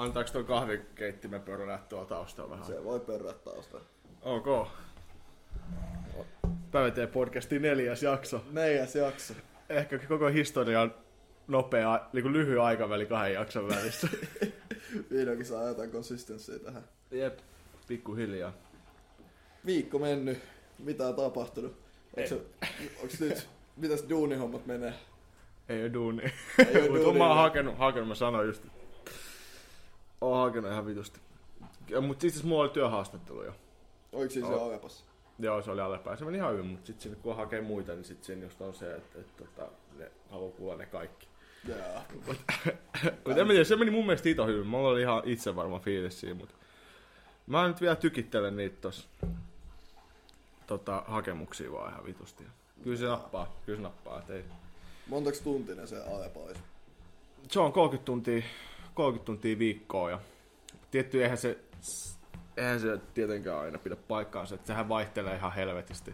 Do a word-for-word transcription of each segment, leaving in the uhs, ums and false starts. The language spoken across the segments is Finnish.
Antaako tuon kahvikeittimen pörrää tuolla taustalla vähän? Se voi pörrää taustalla. Ok. Päiväteen podcastin neljäs jakso. Neljäs jakso. Ehkä koko historian nopea, niin kuin lyhyen aikaväli kahden jakson välissä. Vihdoinkin saa jotain konsistenssiä tähän. Jep, pikkuhiljaa. Viikko mennyt. Mitä on tapahtunut? Onks, se, onks nyt, mitäs duunihommat menee? Ei oo duuni. Ei oo duuni. Mä oon hakenut, hakenut, mä sanoin just. Oon hakenut ihan vitusti. Mut siis mulla oli työhaastattelu jo. Oliko siinä se Alepassa? Joo, se oli Alepassa. Se meni ihan hyvin, mut sit siinä, kun hakee muita, niin sit siinä just on se, että et, tota, ne haluaa kuulla ne kaikki. Jaa. Mut en mä tiedä, se meni mun mielestä ito hyvin. Mulla oli ihan itse varma fiilis siinä, mut mä nyt vielä tykittelen niitä tossa tota, hakemuksia vaan ihan vitusti. Kyllä se nappaa, kyllä se nappaa, et ei. Montaks tuntinen se Alepa olisi? Se on kolmekymmentä tuntia, kolmekymmentä tuntia viikkoa ja tietty eihän se, eihän se tietenkään aina pidä paikkaansa, että sehän vaihtelee ihan helvetisti.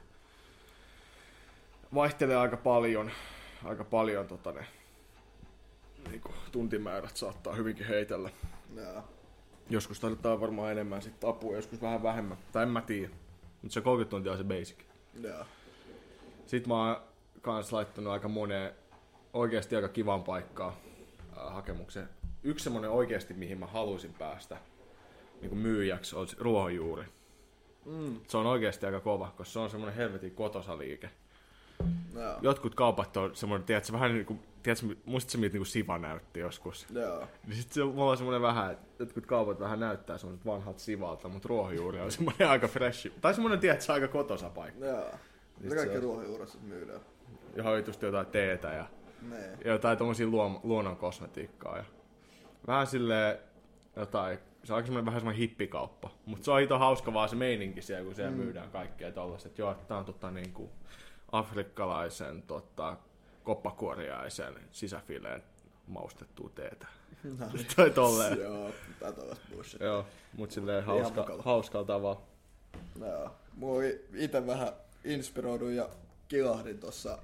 Vaihtelee aika paljon, aika paljon tota ne niinku, tuntimäärät saattaa hyvinkin heitellä. Jaa. Joskus tarvitaan varmaan enemmän sit apua, joskus vähän vähemmän, tai en mä tiedä. Mutta se kolmekymmentä tuntia on se basic. Jaa. Sitten mä oon kans laittanut aika moneen oikeesti aika kivan paikkaa äh, hakemukseen. Yksi semmonen oikeesti, mihin mä haluaisin päästä niin myyjäksi, on ruohonjuuri. Mm. Se on oikeesti aika kova, koska se on semmonen helvetin kotosa liike. Jaa. Jotkut kaupat on semmonen, tiedätkö, vähän niinku, tiedätkö, musta se miltä niinku Siva näytti joskus. Jaa. Niin sit se, mulla on semmonen vähän, että jotkut kaupat vähän näyttää semmonen vanhat Sivalta, mutta ruohonjuuri on semmonen aika freshi. Tai semmonen, tiedätkö, aika kotosa paikka. Jaa. Mitä kaikki ruohonjuuressa myydään? Johon just jotain teetä ja Nee. jotain tommosia luon, luonnon kosmetiikkaa. Ja vähän silleen jotain, se on aika semmonen vähän semmonen hippikauppa. Mut se on hito hauska vaan se meininki siellä, kun siellä mm. myydään kaikkea tollaset. Et joo, tää on tota niinku afrikkalaisen tota, koppakuoriaisen sisäfileen maustettua teetä. No. Tai tolleen. Joo, tää on vasta bullshit. Joo, mut silleen hauska, hauskalla tavalla. Joo. Mua oli ite vähän inspiroidun ja kilahdin tossa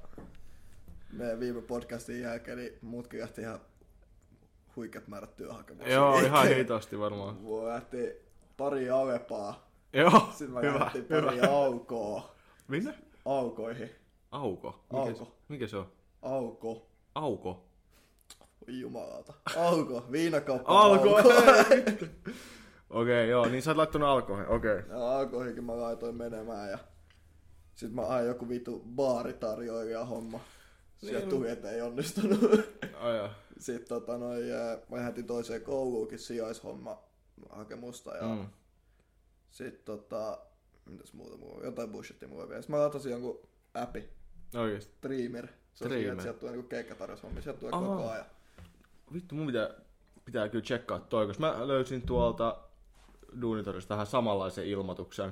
meidän viime podcastin jälkeen, niin muutkin lähti ihan huikeat määrät työhakemuksia. Joo, ihan hitosti varmaan. Mua lähti pari Alepaa. Joo, Sitten mä hyvä, lähti pari hyvä. Aukoa. Minne? Aukoihin. Auko? Mikä Auko. Se, mikä se on? Auko. Auko? Oi jumalauta. Auko. Viinakauppa. Alko! Auko. Okei, okay, joo, niin sä oot laittanut alkoihin, okei. Okay. Ja alkoihinkin mä laitoin menemään ja sit mä ajan joku vitu baaritarjoilija homma. Sieltä Niin. tuli, et ei onnistunut. Aja. Sitten tota noin, mä lähetin toiseen kouluunkin sijaishomma hakemusta ja Mm. sit tota, mitäs muuta mulla, jotain bullshittia mulla vielä. Sit mä latasin jonkun appi, Oikeesti. Streamer. Se on Streamer. siihen, että sieltä tulee niinku keikkatarjoushommia, sieltä tulee Aha. koko ajan. Vittu, mun pitää, pitää kyllä tsekkaa toi, koska mä löysin tuolta Duunitorista tähän samanlaisen ilmoituksen.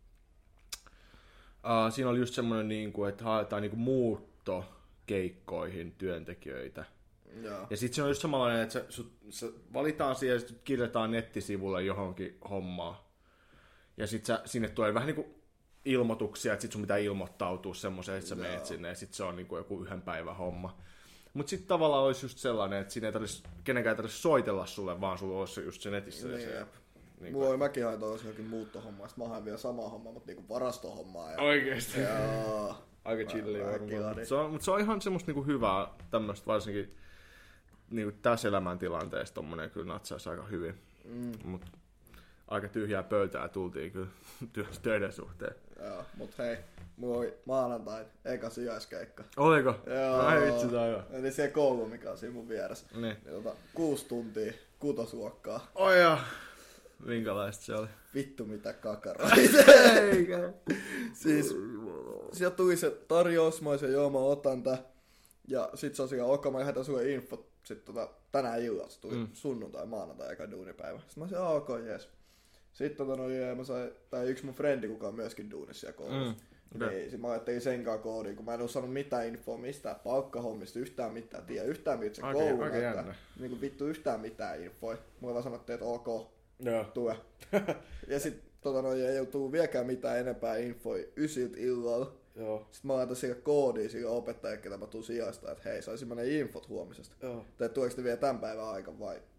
Uh, siinä oli just semmonen, niinku, että haetaan niinku muuttokeikkoihin työntekijöitä. Joo. Ja sit se on just samanlainen, että se, sut, se valitaan siihen ja sit kirjataan nettisivulle johonkin hommaan. Ja sit sä, sinne tulee vähän niinku ilmoituksia, että sit sun pitää ilmoittautua semmoiseen, että sä Joo. meet sinne ja sit se on niinku joku yhden päivän homma. Mut sit tavallaan olisi just sellainen, että siinä ei tarvitsisi, kenenkään ei tarvitsisi soitella sulle, vaan sulla olisi just se netissä. Niin, se, jep. niin Mulla oli mäkin hain tossa johonkin muuttohommaa, sit mä hain vielä samaa hommaa, mut niinku varastohommaa. Ja... Oikeesti. Joo. Aika chillia Mä- mä varmaan. kilahdin. Se on, mutta se on ihan semmoista niinku hyvää tämmöistä varsinkin niinku tässä elämäntilanteessa tommonen kyllä natsaisi aika hyvin. Mm. Mut aika tyhjää pöytää tultiin kyllä työ- töiden suhteen. Joo, mut hei, mulla oli maanantain eka sijaiskeikka. Oliko? Joo. Ai vitsi, tää on hyvä. Eli se koulu, mikä on siinä mun vieressä. Niin. Niin, tota, kuusi tuntia, kutosluokkaa. Oi ja. Minkälaista se oli? Vittu mitä kakaroita. Eikä. Siis, sieltä tuli se tarjous, mä olisin, joo mä otan tää. Ja sit se on siellä, ok mä lähetän sulle infot sit tota, tänään illalla. Se tuli mm. sunnuntai, maanantai eka duunipäivä. Sitten mä olisin, ok jees. Sitten tota, no, jee, mä sain, tai yksi mun frendi, kuka on myöskin duunissa siellä koulussa. Mm. Okay. Niin, sit mä ajattelin sen kanssa koodiin, kun mä en oo saanut mitään infoa mistään palkkahommista, yhtään mitään, tiedä yhtään miltä se Oikein- koulu oikein näyttää. jännä. Niinku vittu yhtään mitään infoa. Mulle vaan sanottiin, että ok, Joo. tue. Ja sit tota noin, ei tuu vieläkään mitään enempää infoa ysiltä illalla. Joo. Sitten mä laitan sille koodiin sille opettajalle, ketä mä tuun sijaista, että hei, saisin mä ne infot huomisesta. Joo. Tai tuleeko te vielä tämän päivän aika vai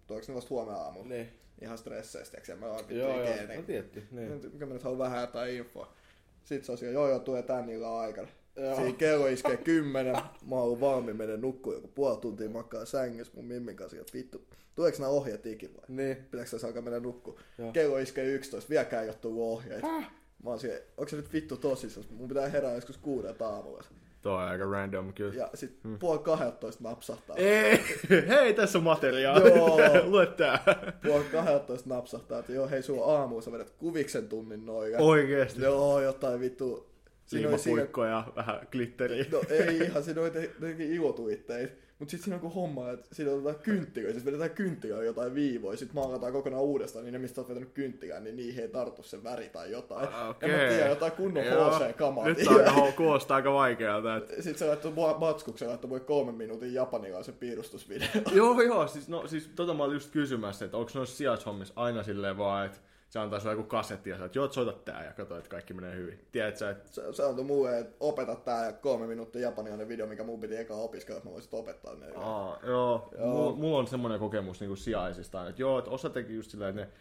tuoks ne vasta huomenna aamulla. Niin. Ihan stresseistä, ja mä oon vittu Joo, joo, ikeen. no tietty. Niin. Mikä mä nyt haluan vähän jotain infoa. Sitten se on siellä, joo joo, tulee tän illan aikana. Siinä kello iskee kymmenen, mä oon ollut valmiin menen nukkuun joku puoli tuntia makaa sängyssä mun mimmin kanssa, että vittu, tuleeko nää ohjeet ikin vai? Niin. Pitääkö tässä alkaa mennä nukkuun? Joo. Kello iskee yksitoista, vieläkään ei oo tullut ohjeet. Mä oon siellä, onko se nyt vittu tosissaan? Mun pitää herää joskus kuudelta aamulla. Tuo on aika random kyllä. Ja sit hmm. puoli kahdeltoista napsahtaa. Ei, hei tässä on materiaalia. Joo. Lue tää. Puoli kahdeltoista napsahtaa, että joo hei sulla aamuun sä vedät kuviksen tunnin noin. Oikeesti. Joo, jotain vittu. Liimapuikko ja vähän glitteriä. No ei ihan, siinä oli jotenkin ilotuitteita. Mut sit siinä on kuin homma, että siinä otetaan kynttilöitä, sit vedetään kynttilöitä jotain viivoja, sit maalataan kokonaan uudestaan, niin ne mistä oot vetänyt kynttilään, niin niihin ei tartu sen väri tai jotain. Okay. En mä tiedä, jotain kunnon H C-kamaa. Nyt aika kuulostaa aika vaikealta. Että... Sit se laittoi matskuksen, laittoi voi kolmen minuutin japanilaisen piirustusvideo. Joo joo, siis, no, siis tota mä olin just kysymässä, että onko noissa sijaishommissa aina silleen vaan, että se antaa sulle joku kasetti ja sä että joo, soita tää ja katso, että kaikki menee hyvin. Tiedät sä, että... Se, se antoi mulle, että opeta tää ja kolme minuuttia japanilainen video, mikä mun piti ekaan opiskella, että mä voisin opettaa ne. Aa, joo, joo. Mulla, mulla on semmoinen kokemus niinku sijaisista, että joo, että osa teki just silleen, että ne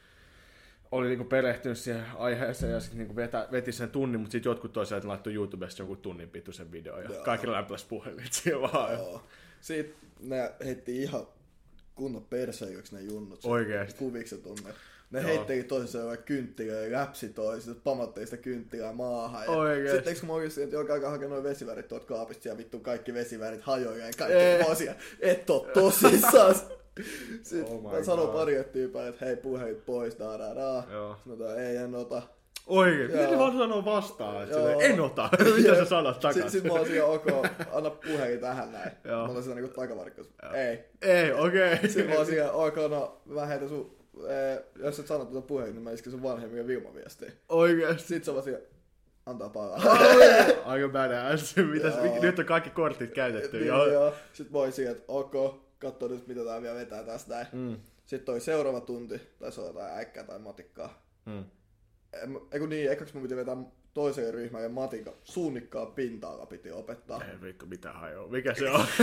oli niinku perehtynyt siihen aiheeseen ja sitten niinku vetä, veti sen tunnin, mutta sitten jotkut toisaalta laittoi YouTubesta jonkun tunnin pituisen video ja joo. Kaikilla lämpöläs puhelit siihen vaan. Joo. Sitten ne heitti ihan kunnon perseijöksi ne junnut. Oikeesti. Kuvikset on ne. Ne heitteli toisessa vaikka kynttilöä ja läpsi toisessa, pamatteli sitä kynttilää maahan. Ja sitten kun mä oikeesti, että joka aika hakee noin vesivärit tuolta kaapista ja vittu kaikki vesivärit hajoilee ja kaikki vuosia. Et oo tosissaan. Sitten oh mä sanon pari tyypää, että hei puhelit pois, da da da. Sanotaan ei en ota. Oikein, miten vaan sanoo vastaan, että en ota. Mitä sä sanot takas? Sitten sit mä oon siellä, ok, anna puhelin tähän näin. Mä oon siellä niinku takavarikkoissa. Ei. Ei, okei. Okay. Sitten mä oon siellä, ok, no mä heitän sun, eh, jos et sano tuota puhelin, niin mä isken sun vanhemmille Vilma-viestiin. Oikeesti. Sitten se on vaan siellä, antaa palaa. Aika badass. Mitäs, nyt on kaikki kortit käytetty. Niin, joo. joo. Sitten mä oon siellä, että ok, katso nyt mitä tää vielä vetää tästä näin. Mm. Sitten toi seuraava tunti, taisi olla jotain äikkää tai matikkaa. Mm. Eiku niin, ekaksi mun piti vetää toiseen ryhmään ja matika suunnikkaa pinta-ala piti opettaa. Ei vittu, mitä hajoa. Mikä se on?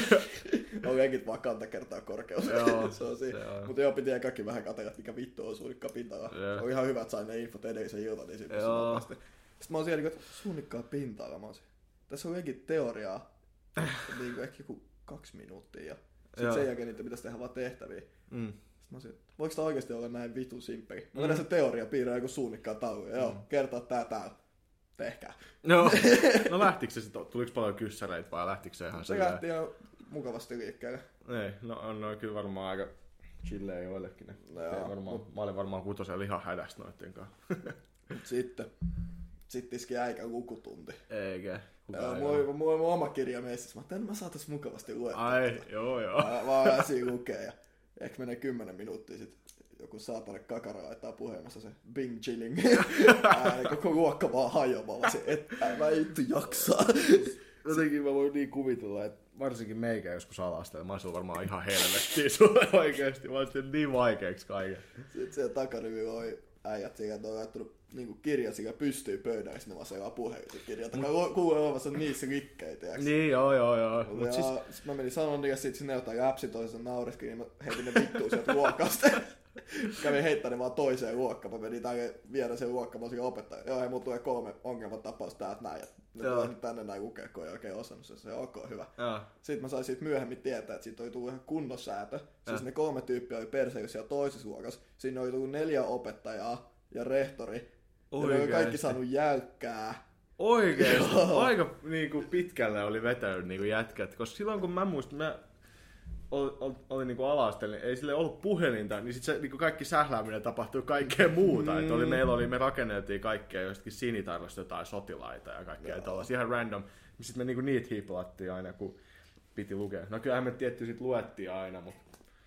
On lenkit vaan kanta kertaa korkeus. Joo, se on siinä. Mutta joo, piti ekakin vähän katsella, mikä vittu on suunnikkaa pinta-ala. Se on ihan hyvä, että sain ne infot edellisen iltan, niin siinä pystyy nopeasti. Sitten mä oon siellä, että suunnikkaa pinta-ala. Mä oon siellä. Tässä on lenkit teoriaa. niin kuin ehkä joku kaksi minuuttia. Ja sitten sen jälkeen niitä pitäisi tehdä vaan tehtäviä. Mm. Mä olisin, voiko tämä oikeasti olla näin vitun simppeli? Mä vedän mm. se teoria, piirrän joku suunnikkaan tauluja. Mm. Joo, kertaa tää täällä. Tehkää. No, no lähtikö se sitten, tuliko paljon kyssäreitä vai lähtikö se ihan se silleen? Se lähti ihan mukavasti liikkeelle. Ei, no on noin kyllä varmaan aika chilleä joillekin. No varmaan, mä olin varmaan kutosen lihan hädästä noitten kanssa. Sitten, sitten iski äikän lukutunti. Eikä. Joo, mulla, mulla on mun oma kirja messissä. Mä ajattelin, että mä saatais mukavasti luettua. Ai, tota. joo joo. Mä, mä oon siinä lukee ja ehkä menee kymmenen minuuttia sit. Joku saatana kakara laittaa puhelimessa se bing chilling. Ääni koko luokka vaan hajoaa. Se, et mä itse jaksaa. Jotenkin mä voin niin kuvitella, että varsinkin meikä joskus ala-asteella, mä olisin varmaan ihan helvettiä sulle oikeesti. Mä olisin niin vaikeaksi kaiken. Sitten siellä takarivillä oli äijät siinä, että on laittanut niinku kirjat siinä pystyy pöydään, ja sitten ne vaan selaa puhelimia kirjat. Mut... Kuulee olevassa niissä rikkeitä. Niin, joo, joo, joo. Mut ja siis... sit mä menin sanon, ja sit sinne jotain läpsi toisessa nauriskin, niin mä heitin ne vittuun sieltä luokasta. Kävin heittämään vaan toiseen luokkaan. Mä menin tänne viedä sen luokkaan, mä olisin opettaja. Joo, hei, mulla tulee kolme ongelmatapausta täältä näin. Ne tulee nyt tänne näin lukea, kun ei oikein osannut se. Se on ok, hyvä. Joo. Sitten mä sain siitä myöhemmin tietää, että siitä oli tullut ihan kunnon säätö. Siis ne kolme tyyppiä oli perseilyssä siellä toisessa luokassa. Siinä oli tullut neljä opettajaa ja rehtori. Oikeesti. Ja ne oli kaikki saanut jäykkää. Oikeesti. Aika niinku, pitkälle oli vetänyt niinku, jätkät. Koska silloin kun mä muistin, mä oli, oli, oli niinku ala-asteella, niin ei sille ollut puhelinta, niin sit se niinku kaikki sählääminen tapahtui kaikkea muuta. Mm. Et oli, meillä oli, me rakenneltiin kaikkea jostakin sinitarvasta jotain sotilaita ja kaikkea tuollaisia ihan random. Sitten me niinku niitä hiiplattiin aina, kun piti lukea. No kyllähän me tietty sit luettiin aina, mutta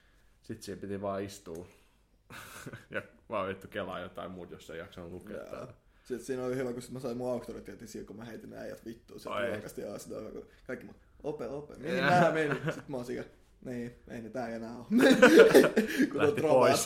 sit siinä piti vaan istua. ja vaan vittu kelaa jotain muuta, jos ei jaksanut lukea täällä. Sitten siinä oli hyvä, kun mä sain mun auktoriteetin siinä, kun mä heitin ne äijät vittuun. Sitten luokasti ja sitä on kaikki mun, ope, ope, mihin nää meni? Sitten mä oon siinä, niin, ei ne tää enää oo. Lähti pois.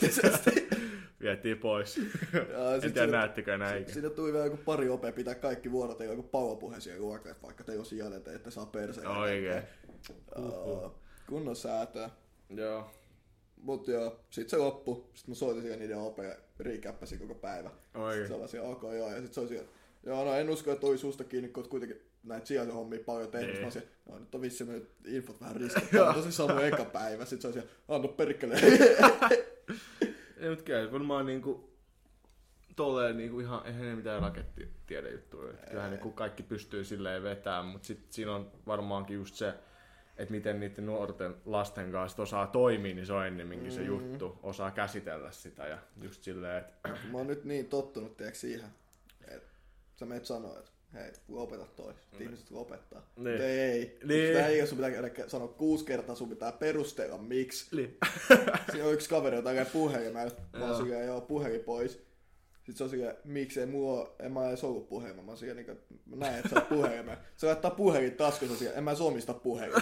Vietiin pois. En tiedä näettikö enää eikä. Siinä tuli vielä joku pari opea pitää kaikki vuorot ja joku palopuhe siellä luokkaan, vaikka te jos jälleen ette saa perseen. Oikein. Kunnon säätöä. Joo. Mut joo, sit se loppu. Sit mä soitin siihen niiden opeen, riikäppäsin koko päivä. Sitten sellaisia, ok joo, ja sit se oli siellä, joo no en usko, että oli susta kiinni, kun oot kuitenkin näitä sijaisen hommia paljon tehnyt. Mä olisin, no nyt on vissiin nyt infot vähän riskittaa, tosi samoin eka päivä. Sit se oli siellä, anna perkele. Ei mut käy, kun mä oon niinku tolleen niinku ihan, eihän ne mitään rakettitiedejuttuja. Kyllähän niinku kaikki pystyy silleen vetämään, mut sit siinä on varmaankin just se, että miten niiden nuorten lasten kanssa osaa toimia, niin se on ennemminkin se juttu. Osaa käsitellä sitä ja just silleen, että... Mä oon nyt niin tottunut tiiäks siihen, että sä meet sanoa, että hei, lopeta toi. Sitten ihmiset lopettaa. Niin. Ei, ei. Niin. Sitä ei, jos sun pitää sanoa kuusi kertaa, sun pitää perustella miksi. Niin. Siinä on yksi kaveri, jota käy puhelimella. Mä oon silleen, joo, puhelin pois. Sitten se on silleen, miksi ei mulla, en mä edes ollut puhelimella. Mä oon silleen, niin kuin, mä näen, että sä oot puhelimella. Se laittaa puhelin taskussa silleen, en mä edes omista puhelimella.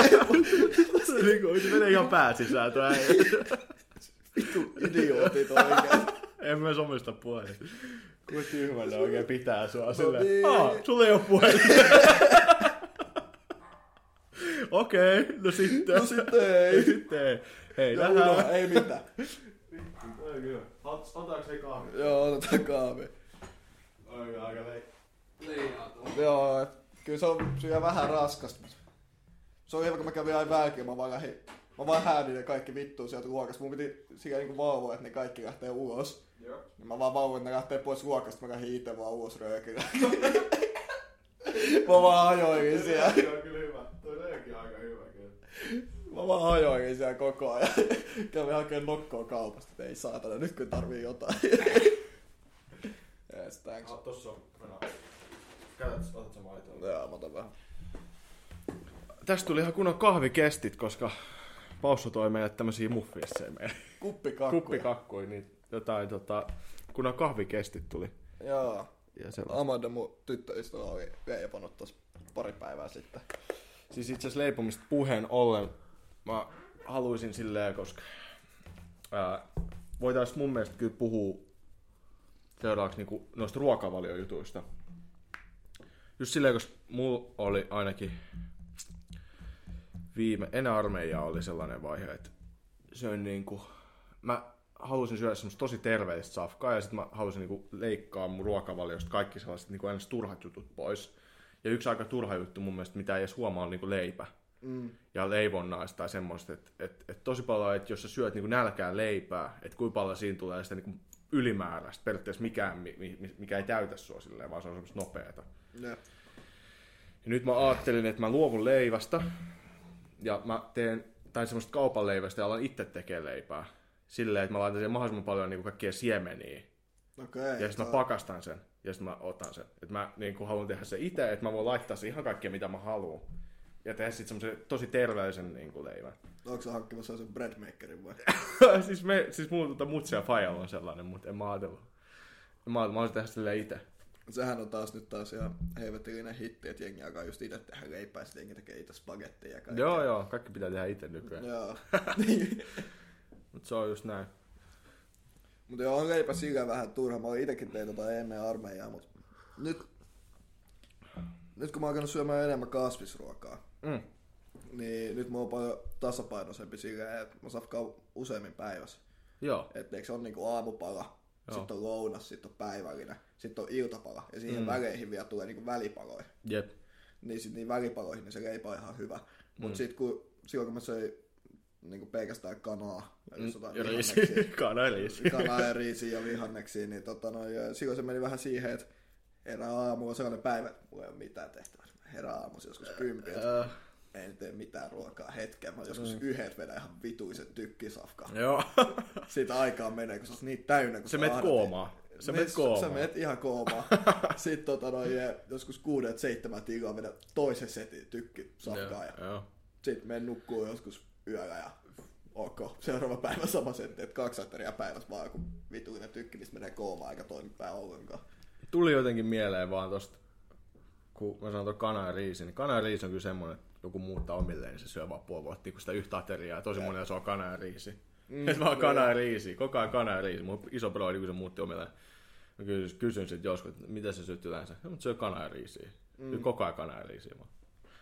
Se menee ihan pää sisään tuo äijä. Vittu idiootit oikein. En mä edes omista puhelin. Kuinka tyhmänä oikein pitää sua silleen, niin. aah, sulla ei oo puhelin. Okei, okay, no sitten. No sitten ei. Sitten ei. Hei, Ja nähdään. uno, ei mitään. Oi kyllä. Otetaanko se kahvi? Joo, otetaan kahvi. Oi aika leijautua. Joo, et kyllä se on syö vähän raskasta. Se on hyvä, kun mä kävin aina välkin, mä vaan lähdin, mä vaan häädin ne kaikki vittuun sieltä ruokasta. Mun piti siellä niinku valvoa, että ne kaikki lähtee ulos. Joo. Mä vaan valvoin, että ne lähtee pois ruokasta, mä lähdin itse vaan ulos röökillä. Mä vaan hajoin siellä. Toi on kyllä hyvä. Toi rööki on aika hyvä kyllä. Mä vaan hajoin siellä koko ajan. Kävin hakemaan nokkoa kaupasta, että ei saatana, nyt kun tarvii jotain. Yes, thanks. Ah, tossa on. Käytät, otat sä maitoa? Joo, mä otan vähän. Tästä tuli ihan kunnon kahvikestit, koska Paussu toi meille tämmösiä muffisseja meille. Kuppikakkuja. Kuppikakkuja, niin jotain tota, kunnon kahvikestit tuli. Joo. Ja Amanda mun tyttöystävä oli leipannut tossa pari päivää sitten. Siis itse asiassa leipomista puheen ollen mä haluaisin silleen, koska ää, voitais mun mielestä kyllä puhua seuraavaksi niinku noista ruokavaliojutuista. Just silleen, koska mulla oli ainakin viime, ennen armeijaa oli sellainen vaihe, että se on niinku, mä halusin syödä semmoista tosi terveellistä safkaa ja sit mä halusin niinku leikkaa mun ruokavaliosta kaikki sellaiset niinku ennäs turhat jutut pois. Ja yksi aika turha juttu mun mielestä, mitä ei edes huomaa, on niinku leipä. Mm. Ja leivonnaista tai semmoista, että et, et tosi paljon, että jos sä syöt niinku nälkään leipää, että kuinka paljon siinä tulee sitä niinku ylimääräistä, periaatteessa mikään, mikä ei täytä sua silleen, vaan se on semmoista nopeata. Yeah. Ja nyt mä ajattelin, että mä luovun leivästä ja mä teen, tai semmoista kaupan leivästä ja alan itse tekemään leipää. Silleen, että mä laitan siihen mahdollisimman paljon niinku kaikkia siemeniä. Okay, ja sitten mä pakastan sen ja sitten mä otan sen. Et mä niinku haluan tehdä se itse, että mä voin laittaa se ihan kaikkea mitä mä haluan. Ja tehdä sitten semmoisen tosi terveellisen niinku leivän. Onko sä hankkimassa sellaisen breadmakerin vai? siis, me, siis mulla tota mutsi ja faijalla on sellainen, mutta en mä ajatellut. Mä haluaisin tehdä silleen itse. Sehän on taas nyt taas ihan heivetillinen hitti, että jengi alkaa just itse tehdä leipää, sitten jengi tekee itse spagettia ja kaikkea. Joo joo, kaikki pitää tehdä itse nykyään. Joo. Mut se on just näin. Mutta joo, on leipä sillä vähän turha. Mä olin itekin tein tota ennen armeijaa, mutta nyt, nyt kun mä oon alkanut syömään enemmän kasvisruokaa, mm. niin nyt mä oon paljon tasapainoisempi sillä, että mä safkaan useammin päivässä. Joo. Että eikö se on niinku aamupala, sitten on lounas, sitten on päivällinen, sitten on iltapala ja siihen mm. väleihin vielä tulee niinku välipaloja. Jep. Niin sit niin välipaloihin niin se leipä on ihan hyvä. Mut mm. sit kun, silloin kun mä söin niinku pelkästään kanaa ja, mm. ja riisiä. Kanaa ja riisiä. Kanaa ja riisiä ja vihanneksia, niin tota no, ja silloin se meni vähän siihen, että herää aamulla sellainen päivä, että mulla ei ole mitään tehtävää. Herää aamulla joskus kympiltä. Uh. En tee mitään ruokaa hetken. Mä joskus mm. yhdet vedän ihan vituisen tykkisafkaa. Joo. Siitä aikaa menee, kun se on niin täynnä. Kun se menet koomaan. Se menet koomaan. Sä menet ihan koomaan. Sitten tota, no, joskus kuudet, seitsemät ilaa vedän toisen setin tykkisafkaa. Ja sitten menen nukkuu joskus yöllä ja ok. Seuraava päivä sama setti, että kaksi ateria päivässä vaan joku vituinen tykki, mistä menee koomaan eikä toimi päin ollenkaan. Tuli jotenkin mieleen vaan tosta, kun mä sanon tuon kana ja riisi, niin kana ja riisi on kyllä semmonen, että joku muuttaa omilleen, niin se syö vaan puoli vuotta, kun sitä yhtä ateriaa. Tosi monella se on kana ja riisi. Mm, että vaan kana ja riisi, koko ajan kana ja riisi. Mun iso broidi, kun se muutti omilleen, mä kysyin sitten joskus, että mitä se syöt yleensä. No, mutta se on kana ja riisiä. Mm. Koko ajan kana ja riisiä vaan.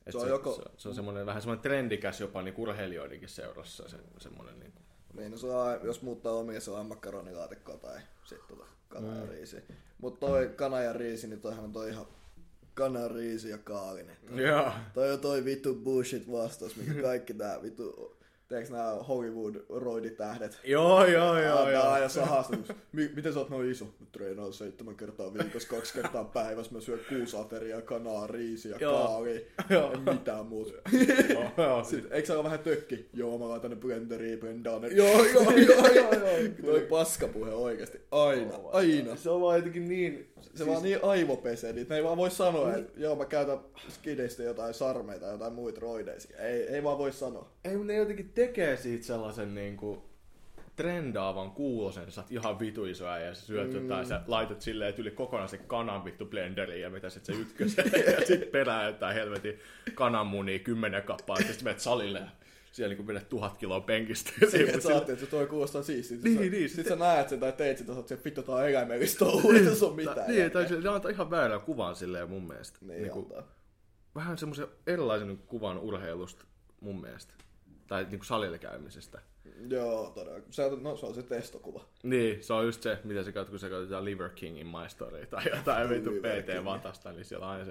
Se on, se, joko... se, se on semmoinen, vähän semmoinen trendikäs jopa niin urheilijoidenkin seurassa. Se, semmoinen, niin, kuin... niin no se on, jos muuttaa omia, se on makaronilaatikkoa tai sitten tota kana ja riisi. Mutta toi kana ja riisi, niin toihan on toi ihan kana, riisi ja kaalinen. Joo. Toi on toi vittu bullshit vastaus, mikä kaikki tää vittu... Teekö nää Hollywood-roiditähdet? Joo, joo, joo. joo. Aina sahastus. Miten sä oot noin iso? Mä treenaan seitsemän kertaa viikossa, kaksi kertaa päivässä. Mä syön kuusi ateriaa, kanaa, riisiä, kaalia. En mitään muuta. Sitten, eikö sä ole vähän tökki? Joo, mä laitan ne blenderiin, blendaan ne. Joo, joo, joo, joo. Toi paskapuhe oikeesti. Aina, aina. Se on vaan jotenkin niin... Se siis... vaan niin aivopesee, niin ne ei vaan voi sanoa, niin. että joo, mä käytän skideistä jotain sarmeita tai jotain muita roideisia. Ei, ei vaan voi sanoa. Ei, mutta ne jotenkin tekee siitä sellaisen niinku trendaavan kuulosen, sä oot ihan vitu iso äijä ja sä syöt mm. jotain, sä laitat silleen yli kokonaan se kanan vittu blenderiin ja mitä sit se ykkösen ja sit perään jotain helvetin kananmunia kymmenen kappaa ja sit menet salille ja siellä niinku menet tuhat kiloa penkistä. Siihen, että sä ajattelet, että toi kuulostaa siistiä. Niin, sä, niin. Sit sä näet sen tai teet sit, että vittu tää on eläimellistä touhua, ei tässä ole mitään. Niin, tai se antaa ihan väärän kuvan silleen mun mielestä. Niin, niin antaa. Vähän semmoisen erilaisen kuvan urheilusta mun mielestä. Tai niinku salille käymisestä. Joo, todella. Se on, no, se on se testokuva. Niin, se on just se, mitä sä katsot, kun sä katsot Liver Kingin My Story tai jotain vitu P T-vatasta, niin siellä on aina se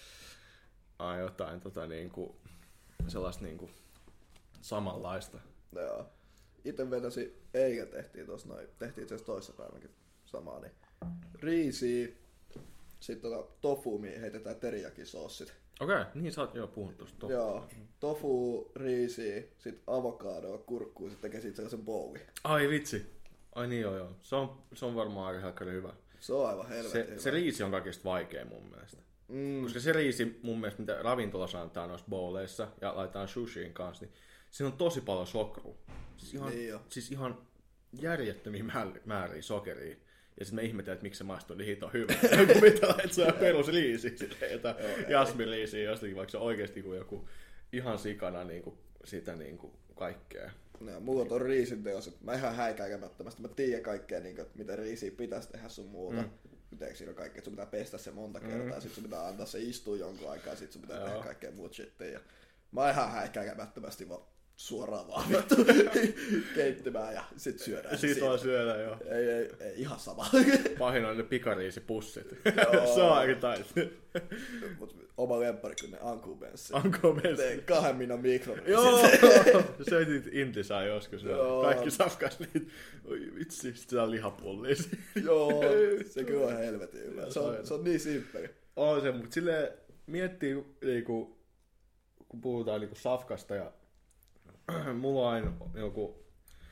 aina jotain tota niinku, sellaista niinku samanlaista. Joo. Ite vetäsi, eikä tehtiin tossa noin, tehtiin itse asiassa toissa päivänkin samaa, niin riisiä, sit tota tofu, mihin heitetään teriyaki-soossit. Okei, okay, niin sä oot jo puhunut tosta tofu. Joo, tofu, riisiä, sit avokadoa, kurkkuu, sit tekee siitä sellaisen bowli. Ai vitsi. Ai niin joo joo. Se on, se on varmaan aika helkkari hyvä. Se on aivan helvetin se, hyvä. Se riisi on kaikista vaikea mun mielestä. Mm. Koska se riisi mun mielestä, mitä ravintolassa antaa noissa bowleissa ja laitetaan sushiin kanssa, niin siinä on tosi paljon sokerua. Siis ihan, niin siis ihan järjettömiä määriä sokeria. Ja sitten me ihmetellään, että miksi se maistuu niin hito hyvä. Kun mitä laitat sä perusliisiä, jotain jasmiliisiä jostakin, vaikka se on oikeasti joku ihan sikana niin kuin, sitä niin kuin kaikkea. No, mulla on tuon riisin teos, että mä ihan häikäilemättömästi. Mä tiedän kaikkea, niin kuin, että mitä riisiä pitäisi tehdä sun muuta. Mm. Teekö siinä kaikkea, että sun pitää pestä se monta kertaa, mm. sit sun pitää antaa se istua jonkun aikaa, sit sun pitää Joo. tehdä kaikkea muuta shittia. Ja mä oon ihan häikäilemättömästi vaan suoraan vaan keittymään ja sit syödään. Sit vaan syödään, joo. Ei, ei, ei ihan sama. Pahin on ne pikariisipussit. Se on aika taisi. Oma lemppari kuin ne Anku-Benssi. Anku-Benssi. Tein kahden minan mikroriisit. Joo, söitit intisää joskus. Joo. Kaikki safkas niitä. Oi vitsi, sit se on lihapullia. Joo, se kyllä on helvetin hyvä. Se on, se on niin simppeli. On se, mutta silleen miettii, niinku, kun puhutaan niinku safkasta ja mulla on aina joku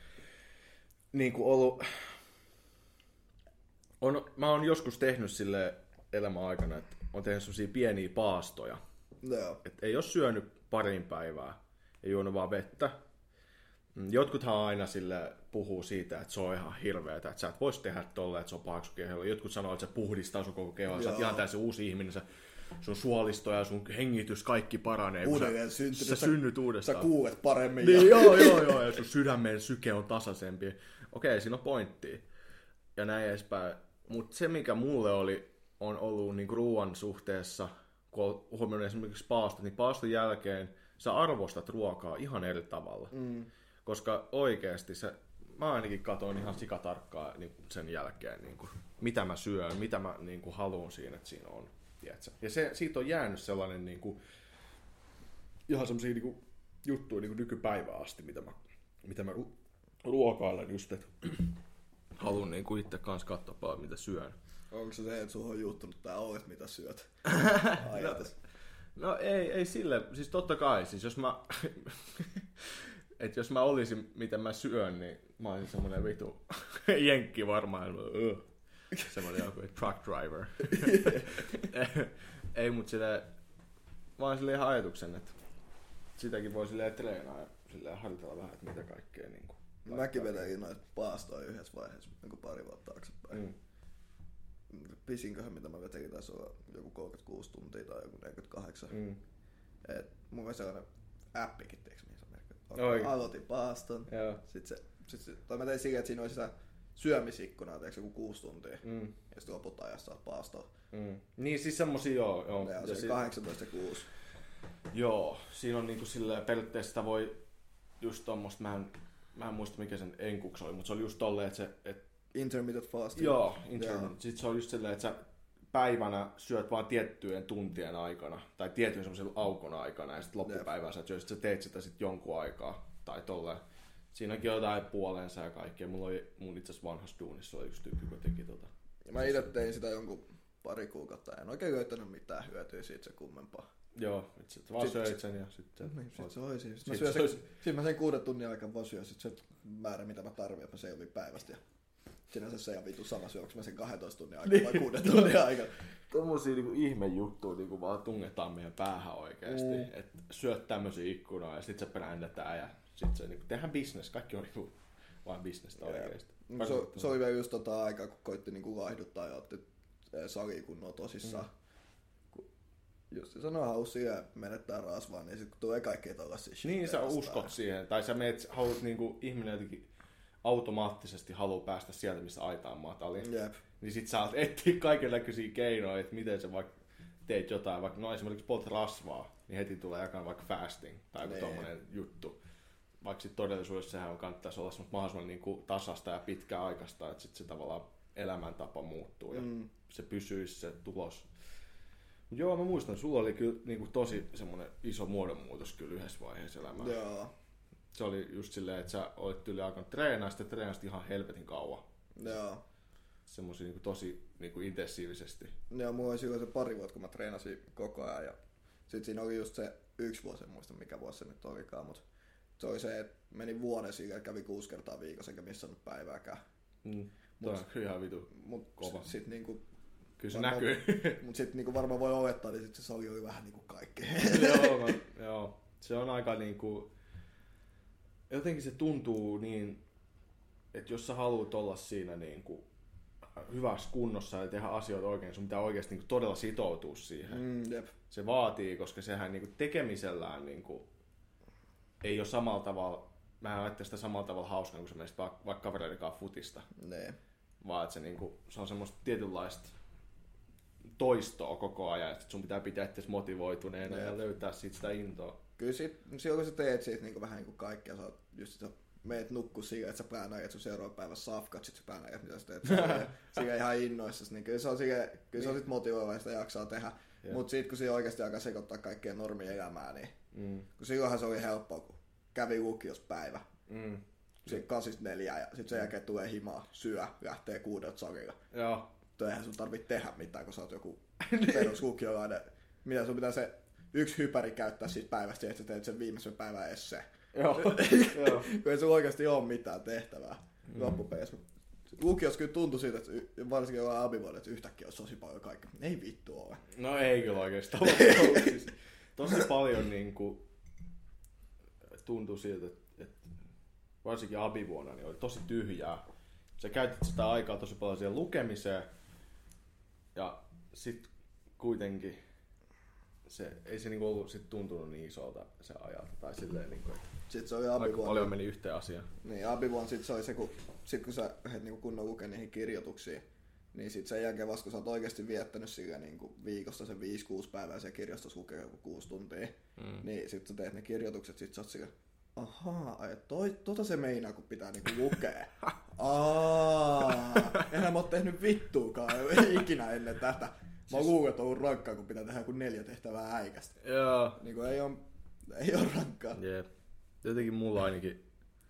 niinku ollut, on, mä oon joskus tehnyt sille elämän aikana, että on tehnyt semmosia pieniä paastoja. No. Et ei oo syönyt parin päivää ja juonut vaan vettä. Jotkuthan aina sille puhuu siitä, että se on ihan hirveetä, että sä et vois tehdä tolleen, että se on pahaksu keholla. Jotkut sanoo, että se puhdistaa sun koko keholla, sä oot ihan täysin uusi ihminen, sä, sun suolisto ja sun hengitys, kaikki paranee. Uudelleen syntynyt. Sä, sä synnyt uudestaan. Sä kuulet paremmin. Niin, ja... joo, joo, joo, ja sun sydämen syke on tasaisempi. Okei, siinä on pointtia. Ja näin edespäin. Mutta se, mikä mulle oli, on ollut niinku ruoan suhteessa, kun on huomioinut esimerkiksi paastot, niin paaston jälkeen sä arvostat ruokaa ihan eri tavalla. Mm. Koska oikeasti se, mä ainakin katsoin ihan sikatarkkaa niin sen jälkeen, niin kuin, mitä mä syön, mitä mä niin kuin, haluan siinä, että siinä on. Tiedätkö? Ja se, siitä on jäänyt sellainen niin kuin, ihan sellaisia niin kuin, juttuja niin kuin nykypäivään asti, mitä mä, mitä mä ruokailen just, että haluan niin kuin itse kanssa katsoa paljon, mitä syön. Onko se se, että sulla on juuttunut tää ovet, mitä syöt? no, no ei, ei sille, siis totta kai, siis jos mä... että jos mä olisin, mitä mä syön, niin mä olisin semmonen vitu jenkki varmaan. Semmonen joku truck driver. Ei, mut silleen, vaan silleen ihan ajatuksen, että sitäkin voi silleen treenaa ja silleen harjoitella vähän, että mitä kaikkea niinku. Mäkin vetelin noita paastoja yhdessä vaiheessa, niin kuin pari vuotta taaksepäin. Mm. Pisinköhän mitä mä vetelin, taisi olla joku kolmekymmentäkuusi tuntia tai joku neljäkymmentäkahdeksan. Mm. Et mulla on sellainen appikin, teeks mihin se on merkitty. Aloitin paaston. Joo. Sitten se, sit se, tai mä tein silleen, että siinä oli sitä syömisikkunaa, teeks joku kuusi tuntia. Mm. Ja sitten lopulta ajassa saat paastoa. Mm. Niin siis semmosia joo. joo. Ja se kahdeksantoista ja kuusi. Joo, siinä on niinku silleen, periaatteessa sitä voi just tommoista, mä en, mä en muista mikä sen enkuksi oli, mutta se oli just tolleen, että se... Et, intermittent fasting. Joo, intermittent. Sitten se on just silleen, että sä päivänä syöt vaan tiettyjen tuntien aikana, tai tietyn semmoisen aukon aikana, ja sitten loppupäivänä sä syöt, sä teet sitä sitten jonkun aikaa, tai tolleen. Siinäkin on jotain puolensa ja kaikkea. Mulla oli mun itse asiassa vanhassa duunissa oli yksi tyyppi, joka teki tota. Ja mä itse tein sitä jonkun pari kuukautta, en oikein löytänyt mitään hyötyä siitä se kummempaa. Joo, itse vaan sit, söit sen ja sitten... Niin, sit se oli siis. Sit, sit, sit, sit, sit mä sen kuuden tunnin aikaan vaan syön sit se määrä, mitä mä tarvitsen, että mä selvin päivästä. Ja sinänsä se ei vitu sama syö, onko mä sen kahdentoista tunnin aikana vai kuuden tunnin aikana. Tommosia niinku ihmejuttuja niinku vaan tungetaan meidän päähän oikeesti. Mm. Että syöt tämmösiä ikkunoita ja sit se brändätään ja sit se niinku tehdään business. Kaikki on niinku vain bisnestä oikeesti. No, se, se oli vielä just tota aikaa, kun koitti niinku laihduttaa ja otti saliin kunnolla tosissaan. Mm. Just se sanoo haussia ja menettää rasvaa, niin sit kun tulee kaikkea tollasia shit. Niin sä uskot siihen, tai sä meet, haluat niinku, ihminen jotenkin automaattisesti haluaa päästä sieltä, missä aitaan matali. Jep. Niin sit sä alat etsiä kaikenlaisia keinoja, että miten sä vaikka teet jotain, vaikka no esimerkiksi polt rasvaa, niin heti tulee jakaa vaikka fasting tai joku tommonen juttu. Vaikka sit todellisuudessa sehän on kannattaisi olla mahdollisimman niinku tasasta ja pitkäaikaista, että sit se tavallaan elämäntapa muuttuu ja mm. se pysyisi se tulos. Mut joo, mä muistan, sulla oli kyllä niinku tosi semmonen iso muodonmuutos kyllä yhdessä vaiheessa elämää. Joo. Se oli just silleen, että sä olit tyyli alkanut treenaa, sitten treenasit ihan helvetin kauan. Joo. Semmosia niinku tosi niinku intensiivisesti. Joo, mulla oli silloin se pari vuotta, kun mä treenasin koko ajan. Ja sit siinä oli just se yksi vuosi, en muista mikä vuosi se nyt olikaan, mutta se oli se, että meni vuoden siinä, että kävi kuusi kertaa viikossa eikä missannut päivääkään. Mm. Toi on kyllä ihan vitu mut kova. Sit, sit niinku, kyllä se varmaan, näkyy. Mut sit niinku varmaan voi olettaa, niin sit se sali oli vähän niinku kaikkea. joo, mä, joo, se on aika niinku... Jotenkin se tuntuu niin, että jos sä haluat olla siinä niinku hyvässä kunnossa ja tehdä asioita oikein, sun pitää oikeasti niinku todella sitoutua siihen. Mm, jep. Se vaatii, koska sehän niinku tekemisellään niinku ei ole samalla tavalla, mä en ajattele sitä samalla tavalla hauskaa, kun sä menisit vaikka, vaikka kavereiden kanssa futista. Nee. Vaan että se, niinku, se on semmoista tietynlaista toistoa koko ajan, että sun pitää pitää itseasi motivoituneena nee. ja löytää siitä sitä intoa. Kyllä sit, silloin kun sä teet siitä niinku vähän niinku kaikkea, sä oot just sä meet nukkuu siihen, että sä päänäjät sun seuraavan päivän safkat, sit sä päänäjät mitä sä teet siihen ihan innoissasi, niin kyllä se on, siihen, kyllä niin. se on sit motivoiva ja sitä jaksaa tehdä. Yeah. Mut sit kun siinä oikeesti alkaa sekoittaa kaikkea normielämää, niin mm. kun silloinhan se oli helppoa, kun kävi lukiossa päivä. Mm. Sitten kasista neljää ja sit sen jälkeen tulee himaa, syö, lähtee kuudelta salilla. Joo. Eihän sun tarvitse tehdä mitään, kun sä oot joku peruslukiolainen. Mitä sun pitää se yksi hypäri käyttää siitä päivästä, että sä teet sen viimeisen päivän esseen. Joo. Kun ei sulla oikeasti ole mitään tehtävää mm. loppupeleissä. Lukiossa kyllä tuntui siitä, että varsinkin jollain abivuodella, että yhtäkkiä olisi tosi paljon kaikkea. Ei vittu ole. No ei kyllä oikeastaan. Tosi paljon niinku tuntui siltä, että, että varsinkin abivuonna niin oli tosi tyhjää. Sä käytit sitä aikaa tosi paljon siihen lukemiseen ja sit kuitenkin se, ei se niinku ollut sit tuntunut niin isolta se ajalta tai silleen niinku, että sit se oli aika paljon meni yhteen asiaan. Niin, abivuonna sit se oli se, kun, sit kun sä lähdet niinku kunnon lukea niihin kirjoituksiin, niin sit sen jälkeen vasta kun sä oot oikeesti viettänyt sillä niinku viikosta sen viisi kuusi päivää siellä kirjastossa lukee joku kuusi tuntia, mm. niin sit sä teet ne kirjoitukset, sit sä oot sillä, ahaa, toi, tota se meinaa, kun pitää niinku lukea. Aa, enhän mä oot tehnyt vittuukaan ikinä ennen tätä. Mä oon luullut, että on ollut rankkaa, kun pitää tehdä kuin neljä tehtävää äikästä. Joo. Niinku ei oo, ei oo rankkaa. Jep. Jotenkin mulla ainakin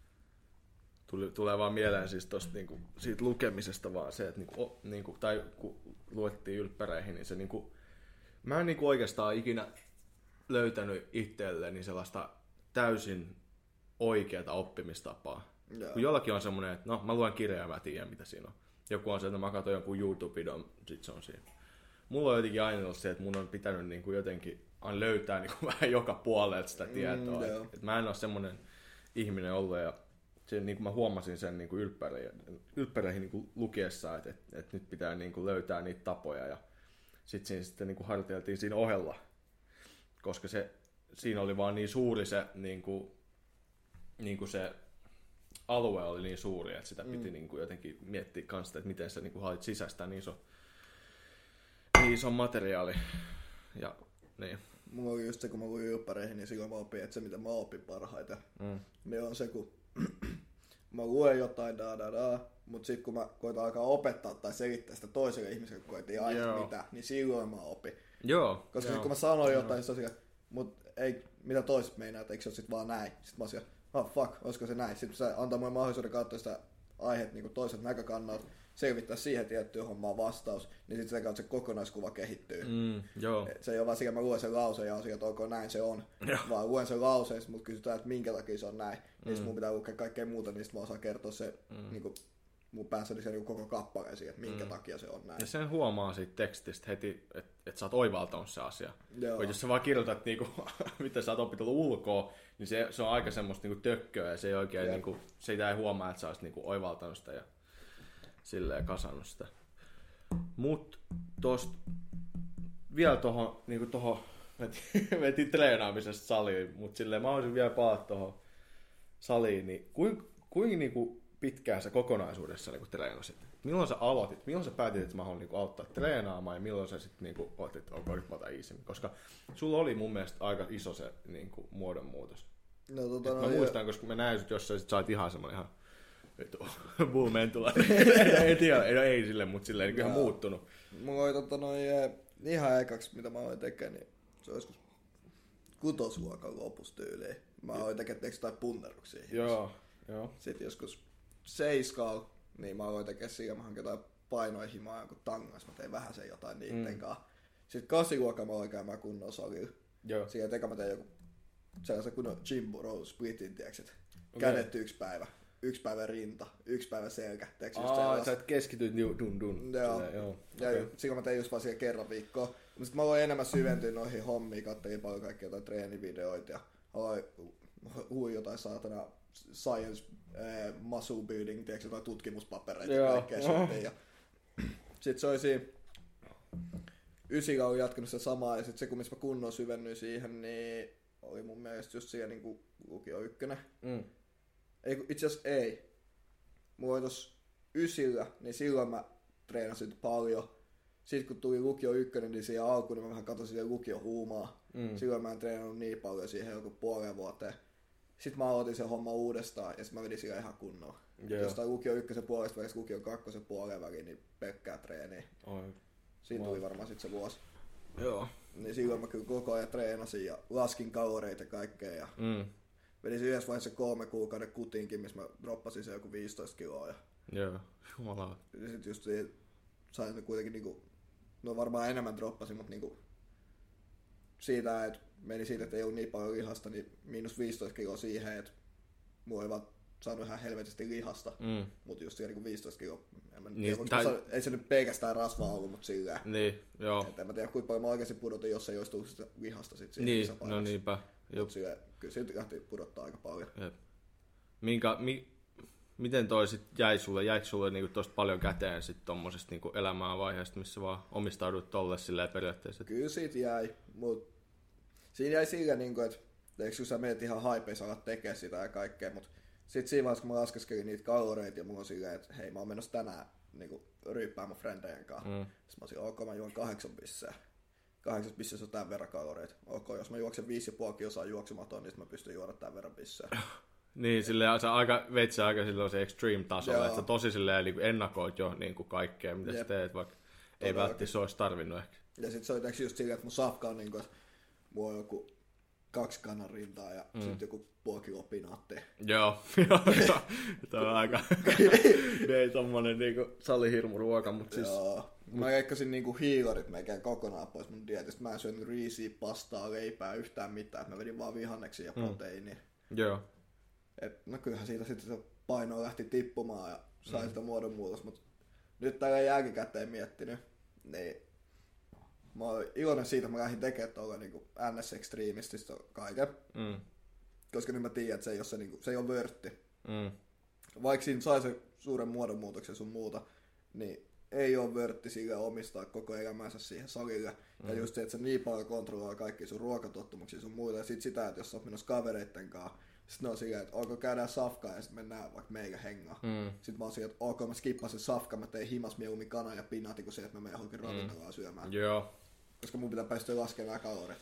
tuli, tulee vaan mieleen siis tosta niinku, siitä lukemisesta vaan se, että niinku, o, niinku, tai kun luettiin ylppäreihin, niin se niinku, mä en niinku oikeastaan ikinä löytänyt itselleni sellaista täysin oikeata oppimistapaa. Joo. Kun jollakin on semmonen, että no mä luen kirjaa ja mä tiedän mitä siinä on. Joku on se, että mä katson jonkun YouTube-videon, sit se on siinä. Mulla on jotenkin aina ollut se, että mun on pitänyt niinku jotenkin löytää niinku vähän joka puolelta sitä tietoa. Mm, et, et mä en ole semmonen ihminen ollut ja se, niinku mä huomasin sen niinku ylppäreihin, ylppäreihin niinku lukiessa, että et, et nyt pitää niinku löytää niitä tapoja ja sit siinä sitten niinku harjoiteltiin siinä ohella. Koska se, siinä oli vaan niin suuri se, niinku, niinku se alue oli niin suuri, että sitä piti mm. niinku jotenkin miettiä kanssa, että miten sä niinku haluat sisäistää niin iso, niin iso materiaali. Ja, niin. mulla oli just se, kun mä luin ylppäreihin, niin silloin mä opin, että se mitä mä opin parhaiten, mm. niin on se, kun mä luen jotain da da da, mut sit kun mä koitan alkaa opettaa tai selittää sitä toiselle ihmiselle, kun ei aina mitä, niin silloin mä opin. Joo. Koska joo. sit kun mä sanoin jotain, se on sillä, mut ei, mitä toiset meinaa, että eikö se ole sit vaan näin. Sit mä oon siellä, oh fuck, olisiko se näin. Sitten se antaa mulle mahdollisuuden katsoa sitä aiheet niin toiset näkökannalta, selvittää siihen tiettyyn hommaan vastaus, niin sitten sitä kautta se kokonaiskuva kehittyy. Mm, joo. Se ei ole vaan sillä, mä luen sen lauseen ja on sillä, että ok, näin se on. Joo. Vaan luen sen lauseen, mut kysytään, että minkä takia se on näin. Mm. Niin mun pitää lukea kaikkea muuta, niin sit mä osaan kertoa se mm. niin kuin, mun päässä niin se niin koko kappaleen siihen, että minkä mm. takia se on näin. Ja sen huomaa siitä tekstistä heti, että et sä oot oivaltanut se asia. Joo. Jos sä vaan kirjoitat, niinku, mitä sä oot opittu ulkoa, niin se, se on aika semmoista niinku tökköä ja se ei oikein, niinku, se ei huomaa, että sä oot niinku oivaltanut sitä ja silleen kasannut sitä. Mut tosta vielä tohon, niinku tohon, metin treenaamisesta saliin, mut silleen mä haluaisin vielä palata tohon saliin, niin kuinka kuin, niinku pitkään sä kokonaisuudessa niinku treenasit? Milloin sä aloitit? Milloin sä päätit, että mä haluan niinku auttaa treenaamaan ja milloin sä sitten niinku otit, että onko nyt mä otan easymin? Koska sulla oli mun mielestä aika iso se niinku muodonmuutos. No, tota, no, mä muistan, koska mä näin sut jossain, sit sä oot ihan semmonen ihan vittu, Bull Mentula. ei tiedä, ei, no ei silleen, mut silleen niin ihan muuttunut. Mulla oli tota noin, ihan ekaksi, mitä mä aloin tekemään, niin se on joskus kutosluokan lopussa tyyliin. Mä aloin tekemään jotain punneruksia. Joo, joo. Sitten joskus seiskaalla, niin mä aloin tekemään siinä, mä hankin jotain painoja himaa jonkun tangas, mä tein vähän sen jotain niitten mm. kanssa. Sitten kasiluokan mä aloin käymään kunnon salilla. Joo. Siihen teka mä tein joku sellaisen kunnon Jimbo Roll splitin, tiiäks, että okay. Kädet yksi päivä. Yksi päivä rinta, yksi päivä selkä. Aa, sä et keskityt dun dun. Joo. Silleen, joo. Ja okay. Silloin mä tein just vaan siihen kerran viikkoa. Mutta sit mä aloin enemmän syventyä noihin hommiin, kattelin paljon kaikkia jotain treenivideoita ja aloin hui jotain saatana science, äh, muscle building, tiedätkö, jotain tutkimuspapereita ja kaikkea shittia. Ja sit se oli siinä ysillä oli jatkanut sitä samaa ja sit se kun missä mä kunnon syvennyin siihen, niin oli mun mielestä just siellä niinku lukio ykkönen. Mm. Ei, itse asiassa ei. Mulla oli tossa ysillä, niin silloin mä treenasin paljon. Sitten kun tuli lukio ykkönen, niin siihen alkuun niin mä vähän katsoin siihen lukio huumaa. Mm. Silloin mä en treenannut niin paljon siihen joku puoleen vuoteen. Sitten mä aloitin sen homma uudestaan ja sitten mä vedin sillä ihan kunnolla. Yeah. Jostain lukio ykkösen puolesta välistä lukio kakkosen puoleen väliin, niin pelkkää treeniä. Oi. Siinä wow. Tuli varmaan sitten se vuosi. Joo. Niin silloin mä kyllä koko ajan treenasin ja laskin kaloreita ja kaikkea. Ja mm. vedin yhdessä vaiheessa kolme kuukauden kutinkin, missä mä droppasin se joku viisitoista kiloa. Ja joo, jumalaa. Ja sit just siihen, sain se kuitenkin niinku, no varmaan enemmän droppasin, mutta niinku siitä, että meni siitä, että ei ollut niin paljon lihasta, niin miinus viisitoista kiloa siihen, että mulla ei vaan saanut ihan helvetisti lihasta. Mm. Mutta just siihen niinku viisitoista kiloa, en mä niin, tiedä, tai... se, ei se nyt pelkästään rasvaa ollut, mutta sillä. Niin, joo. Et en mä tiedä, kuinka paljon mä oikeasti pudotin, jos ei olisi tullut sitä lihasta sit siihen niin, no niinpä. Mutta sillä, kyllä silti lähti pudottaa aika paljon. Jep. Minkä, mi, miten toi sit jäi sulle? Jäikö sulle niinku tosta paljon käteen sit tommosesta niinku elämänvaiheesta, missä vaan omistaudut tolle silleen periaatteessa? Kyllä siitä jäi, mut siinä jäi sillä niinku, että eikö kun sä menet ihan haipeissa alat tekee sitä ja kaikkea, mut sit siinä vaiheessa kun mä laskeskelin niitä kaloreita ja mulla on silleen, että hei mä oon menossa tänään niinku ryyppään mun frendejen kanssa. Mm. Sitten mä oon ok, mä juon kahdeksan bissää. Kahdeksan bissessä on tämän verran kaloreita. Ok, jos mä juoksen viisi ja puoli kilsaa juoksumaton, niin mä pystyn juoda tämän verran bissää. Niin, silleen sä aika, veit sä aika silleen se extreme tasolla, että sä tosi silleen niin ennakoit jo niin kuin kaikkea, mitä Jep. sä teet, vaikka Todella ei välttämättä olisi tarvinnut ehkä. Ja sit se oli just silleen, että mun safka on niin kuin, että mulla on joku kaksi kannan rintaa ja mm. sitten joku puoli kiloa pinaatteja. Joo, tämä on aika ei tommonen niinku salihirmuruoka, mutta siis... Joo. Mä leikkasin niinku hiilarit meikään kokonaan pois mun dietistä. Mä en syönyt riisiä, pastaa, leipää, yhtään mitään. Mä vedin vaan vihanneksia ja proteiinia. Mm. Joo. Et, no kyllähän siitä sitten se paino lähti tippumaan ja sai mm. sitä muodonmuutos, mutta nyt tällä jälkikäteen miettinyt, niin mä oon iloinen siitä, että mä lähdin tekemään tuolla niinku N S-extremististä kaiken. Mm. Koska nyt mä tiedän, että se ei ole, se, niinku, se ei ole vörtti. Mm. Vaikka siinä sai se suuren muodonmuutoksen sun muuta, niin ei ole vörtti sille omistaa koko elämänsä siihen salille. Mm. Ja just se, että sä niin paljon kontrolloi kaikki sun ruokatottumuksia sun muuta. Ja sit sitä, että jos sä oot menossa kavereitten kanssa, sit ne on silleen, että ok, käydään safkaan ja sit mennään vaikka meikä hengaa. Mm. Sit mä oon silleen, että ok, mä skippasin safkaan, mä tein himas mieluummin kanan ja pinaati, kun se, että mä menen johonkin ravintolaan syömään. Joo. Koska mun pitää päästä laskemaan nämä kalorit.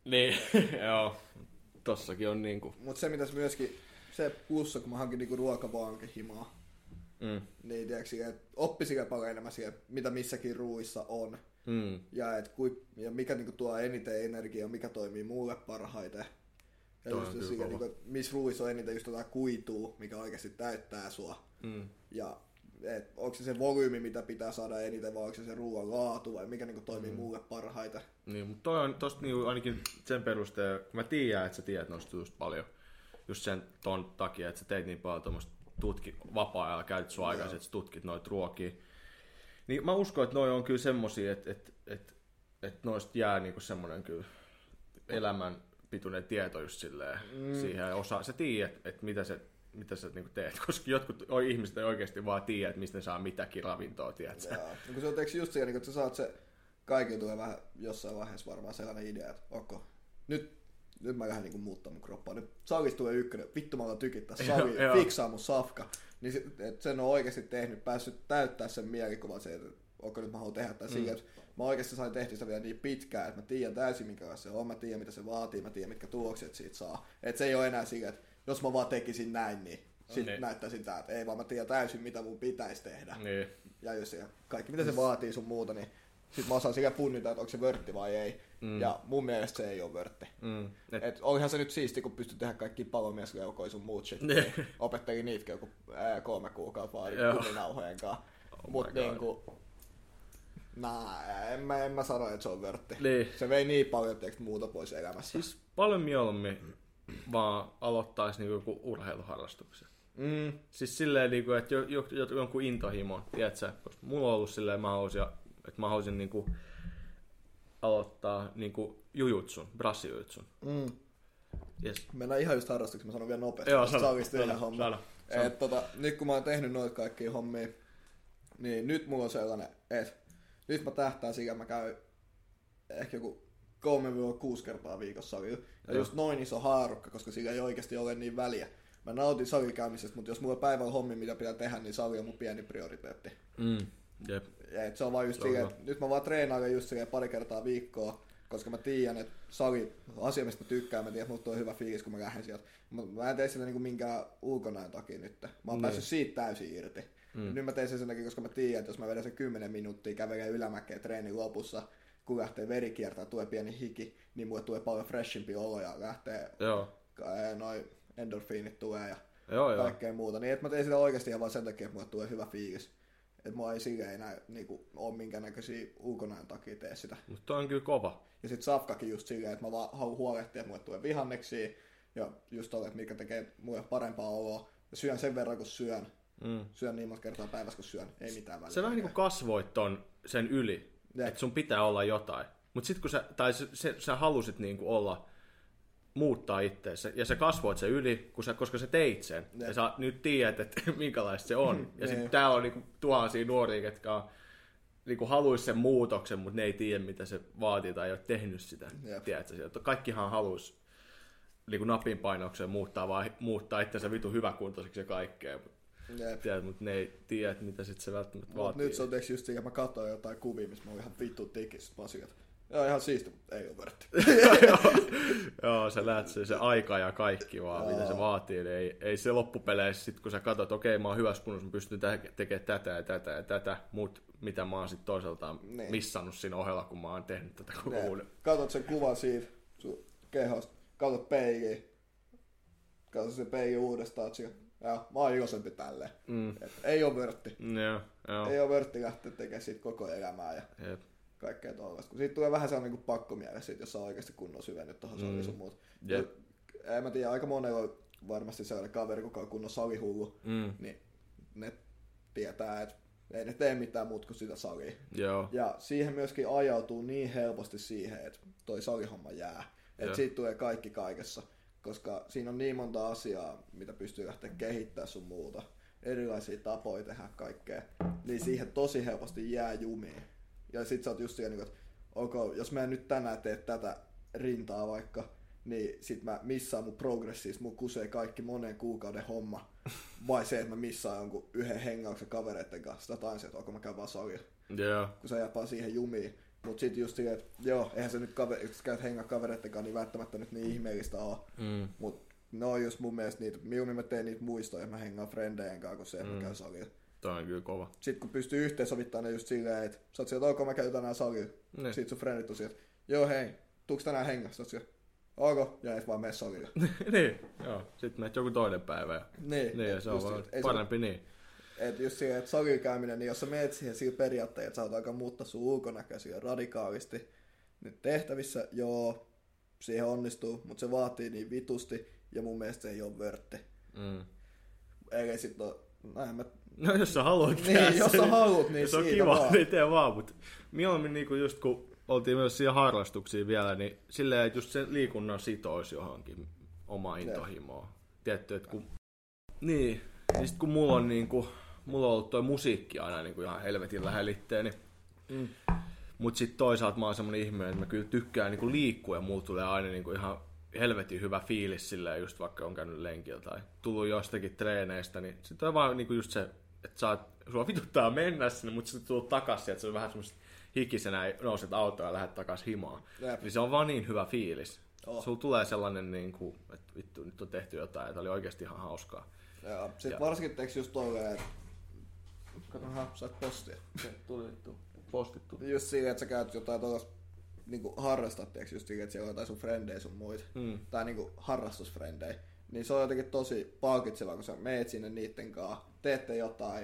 Niin, joo. Tossakin on niinku... Mut se mitäs myöskin, se plussa, kun mä hankin niinku ruokavankehimaa, mm. niin tiedätkö, että oppisikin paljon enemmän siihen, mitä missäkin ruuissa on. Mm. Ja, et kui, ja mikä niinku tuo eniten energiaa, mikä toimii mulle parhaiten. Ja Toi just siihen, niinku, missä ruuissa on eniten just jotain kuitua, mikä oikeasti täyttää sua. Mm. Ja et, onko se se volyymi, mitä pitää saada eniten, vai onko se se ruoan laatu, vai mikä niinku toimii mm. mulle parhaiten. Niin, mutta toi on tosta niinku ainakin sen perusteella, kun mä tiedän, että sä tiedät noista just paljon. Just sen ton takia, että sä teit niin paljon tuommoista tutki, vapaa-ajalla käytit sun aikaa, että sä tutkit noita ruokia. Niin mä uskon, että noi on kyllä semmosia, että et, et, et noista jää niinku semmonen kyllä elämän pituinen tieto just silleen mm. siihen ja osaa. Sä tiedät, että et mitä sä, mitä sä niinku teet, koska jotkut ihmiset ei oikeasti vaan tiedä, että mistä ne saa mitäkin ravintoa, tiedät no, kun se on teeksi just siihen, että sä saat se, kaikilla tulee vähän jossain vaiheessa varmaan sellainen idea, että okay, nyt nyt mä lähden niinku muuttaa mun kroppaa. Nyt salista tulee ykkönen, vittu mä alan tykittää sali, fiksaa mun safka. Niin se, et sen on oikeasti tehnyt, päässyt täyttää sen mielikuvan se, että onko nyt mä haluan tehdä tämän mm. sillä, että mä oikeasti sain tehtyä sitä vielä niin pitkään, että mä tiedän täysin minkälaista se on, mä tiedän mitä se vaatii, mä tiedän mitkä tulokset siitä saa. Että se ei ole enää sillä, että jos mä vaan tekisin näin, niin sit niin. näyttäisin tää, että ei vaan mä tiedän täysin mitä mun pitäisi tehdä. Niin. Ja jos ja kaikki mitä se vaatii sun muuta, niin sit mä osaan sekä punnita, että onko se vörtti vai ei. Mm. Ja mun mielestä se ei ole vörtti. Mm. Et, et olihan se nyt siisti, kun pystyt tehdä kaikki palomieskelkoja sun muut shit. Niin. Opettelin niitäkin joku ää, kolme kuukautta vaan kuminauhojen kanssa. Oh Mut niinku... Nää, en mä, en mä sano, että se on vörtti. Niin. Se vei niin paljon teeksi muuta pois elämässä. Siis paljon mieluummin vaan aloittaisi niinku joku urheiluharrastuksen. Mm. Siis silleen, niinku, että jo, jo, jo, jonkun intohimon, tiedätkö? Koska mulla on ollut silleen, mä haluaisin, että mä haluaisin niinku aloittaa niinku jujutsun, brassijujutsun. Mm. Yes. Mennään ihan just harrastukseen, mä sanon vielä nopeasti. Joo, sano, sano, sano, homma. sano, sano. Et, tota, nyt kun mä oon tehnyt noita kaikkia hommia, niin nyt mulla on sellainen, että nyt mä tähtään siihen, että mä käyn ehkä joku kolme kuusi kertaa viikossa salilla. Ja Joo. just noin iso haarukka, koska sillä ei oikeasti ole niin väliä. Mä nautin salikäymisestä, mutta jos mulla on päivällä hommi, mitä pitää tehdä, niin sali on mun pieni prioriteetti. Mm. Jep. Ja et se on vaan just silleen, että nyt mä vaan treenailen just silleen pari kertaa viikkoa, koska mä tiedän, että sali asia, mistä mä tykkään, mä tiedän, että mulla tulee hyvä fiilis, kun mä lähden sieltä. Mä en tee sitä niinku minkään ulkonäön takia nyt. Mä oon niin. päässyt siitä täysin irti. Mm. Nyt mä teen sen sen takia, koska mä tiedän, että jos mä vedän sen kymmenen minuuttia, kävelen ylämäkeen treenin lopussa, kun lähtee verikiertää, tulee pieni hiki, niin mulle tulee paljon freshimpi olo ja lähtee noin endorfiinit tulee ja joo, kaikkea joo. muuta. Niin et mä teen sitä oikeasti ihan vaan sen takia, että mulle tulee hyvä fiilis. Että mulla ei silleen enää niinku, ole minkäännäköisiä ulkonäön takia tee sitä. Mutta toi on kyllä kova. Ja sit safkakin just silleen, että mä vaan haluan huolehtia, että mulle tulee vihanneksia. Ja just tolle, että mikä tekee mulle parempaa oloa. Ja syön sen verran, kun syön. Mm. Syön niin monta kertaa päivässä, kun syön. Ei mitään väliä. Se vähän niinku kasvoit ton sen yli. Että sun pitää olla jotain. Mut sit kun sä, tai sä, sä halusit niinku olla... muuttaa itseäsi. Ja sä kasvoit sen yli, kun sä, koska sä teit sen. Jep. Ja sä nyt tiedät, että minkälaista se on. Ja sitten täällä on niinku tuhansia nuoria, ketkä niinku haluaisi sen muutoksen, mutta ne ei tiedä, mitä se vaatii tai ei ole tehnyt sitä. Tiedätkö? Kaikkihan haluaisi niinku napin painaukseen muuttaa, vaan muuttaa itseänsä vitu hyväkuntoiseksi ja kaikkea. Tiedät, mutta ne ei tiedä, mitä sit se välttämättä Mut vaatii. Nyt se on teeksi just siinä, mä katsoin jotain kuvia, missä mä oon ihan vittu tikissä. Mä oon joo, ihan siisti, ei ole vörtti. Joo, sä lähet se, se aika ja kaikki vaan, mitä se vaatii. Ei, ei se loppupeleissä, sit kun sä katsot, okei, okay, mä oon hyvässä kunnossa, mä pystyn tekemään tätä ja tätä ja tätä, mut mitä mä oon sit toisaalta niin. missannut siinä ohella, kun mä oon tehnyt tätä koko uuden. Katot sen kuvan siitä sun kehosta, katot peiliä, katot sen peiliä uudestaan, että ja, mä oon iloisempi tälleen. Mm. Ei oo vörtti. Joo, joo. Ei oo vörtti lähteä tekemään siitä koko elämää. Ja... Jep. Kaikkea tuollaista. Kun siitä tulee vähän sellainen niin pakkomiele siitä, jos sä oikeasti kunnon syvennyt tuohon mm. sun muut. Yep. En mä tiedä, aika monella on varmasti sellainen kaveri, kuka on kunnon salihullu, mm. niin ne tietää, että ei ne tee mitään muuta kuin sitä salia. Joo. Ja siihen myöskin ajautuu niin helposti siihen, että toi salihomma jää. Että siitä tulee kaikki kaikessa. Koska siinä on niin monta asiaa, mitä pystyy lähteä kehittämään sun muuta. Erilaisia tapoja tehdä kaikkea. Niin siihen tosi helposti jää jumiin. Ja sit sä oot just siellä, että okay, jos mä en nyt tänään tee tätä rintaa vaikka, niin sit mä missaan mun progressiis, mun kusee kaikki monen kuukauden homma. Vai se, että mä missaan jonkun yhden hengauksen kavereiden kanssa. Sitä tain se, että onko mä käyn vaan salilla. Yeah. Kun sä jäät vaan siihen jumiin, Mut sit just silleen, että joo, eihän se nyt kaveri, jos käyt hengaa kavereittenkaan, niin välttämättä nyt niin ihmeellistä oo. Mm. Mut ne on just mun mielestä niitä, mieluummin mä teen niitä muistoja, että mä hengaan frendejen kanssa, kun se, että mm. mä käyn salilla. Toi on kyllä kova. Sitten kun pystyy yhteensovittamaan ne just silleen, että sä oot sieltä, ok mä käyn tänään salilla. Niin. Sit sun frendit on sieltä, joo hei, tuuks tänään hengaa? Sä oot sieltä, ok, ja et vaan mene salilla. Niin, joo. Sitten menet joku toinen päivä. Ja... Niin. Niin, ja se on vaan parempi se... niin. Että just siihen, että salilla käyminen, niin jos sä meet siihen sillä periaatteella, että sä oot aika muuttaa sun ulkonäköisiä radikaalisti, nyt tehtävissä, joo, siihen onnistuu, mutta se vaatii niin vitusti, ja mun mielestä se ei ole vörtti. Mm. Eikä sit no, näin mä... No jos sä haluat niin, jos sä haluat, niin se on kiva, vaan. Niin tee vaan, mutta mieluummin niinku just kun oltiin myös siihen harrastuksiin vielä, niin silleen, että just se liikunnan sitoisi johonkin omaa intohimoa. Tiedätkö, että kun... Niin, niin sit kun mulla on niinku... Mulla on ollut toi musiikki aina niinku ihan helvetin lähellä itteeni. Mm. Mut sit toisaalta mä oon semmonen ihminen, että mä kyllä tykkään niinku liikkua ja mulla tulee aina niinku ihan helvetin hyvä fiilis silleen, just vaikka on käynyt lenkillä tai tullut jostakin treeneistä, niin sit on vaan niinku just se, että sä oot, sua vituttaa mennä sinne, mutta sit tulet takas että se on vähän semmoista hikisenä, nouset autoon ja lähdet takas himaan. Jep. Niin se on vaan niin hyvä fiilis. Oh. Sulla tulee sellainen niinku, että vittu nyt on tehty jotain, että oli oikeesti ihan hauskaa. Joo, sit ja. Varsinkin teeks just tolleen, että katohan, sait postia. Se tuli vittu. Postit tuli. Just siihen, että sä käyt jotain tuollaista niinku harrastat, teeks just siihen, että siellä on jotain sun frendejä sun muita. Mm. Tai niinku harrastusfrendejä. Niin se on jotenkin tosi palkitsevaa, kun sä meet sinne niitten kanssa, teette jotain,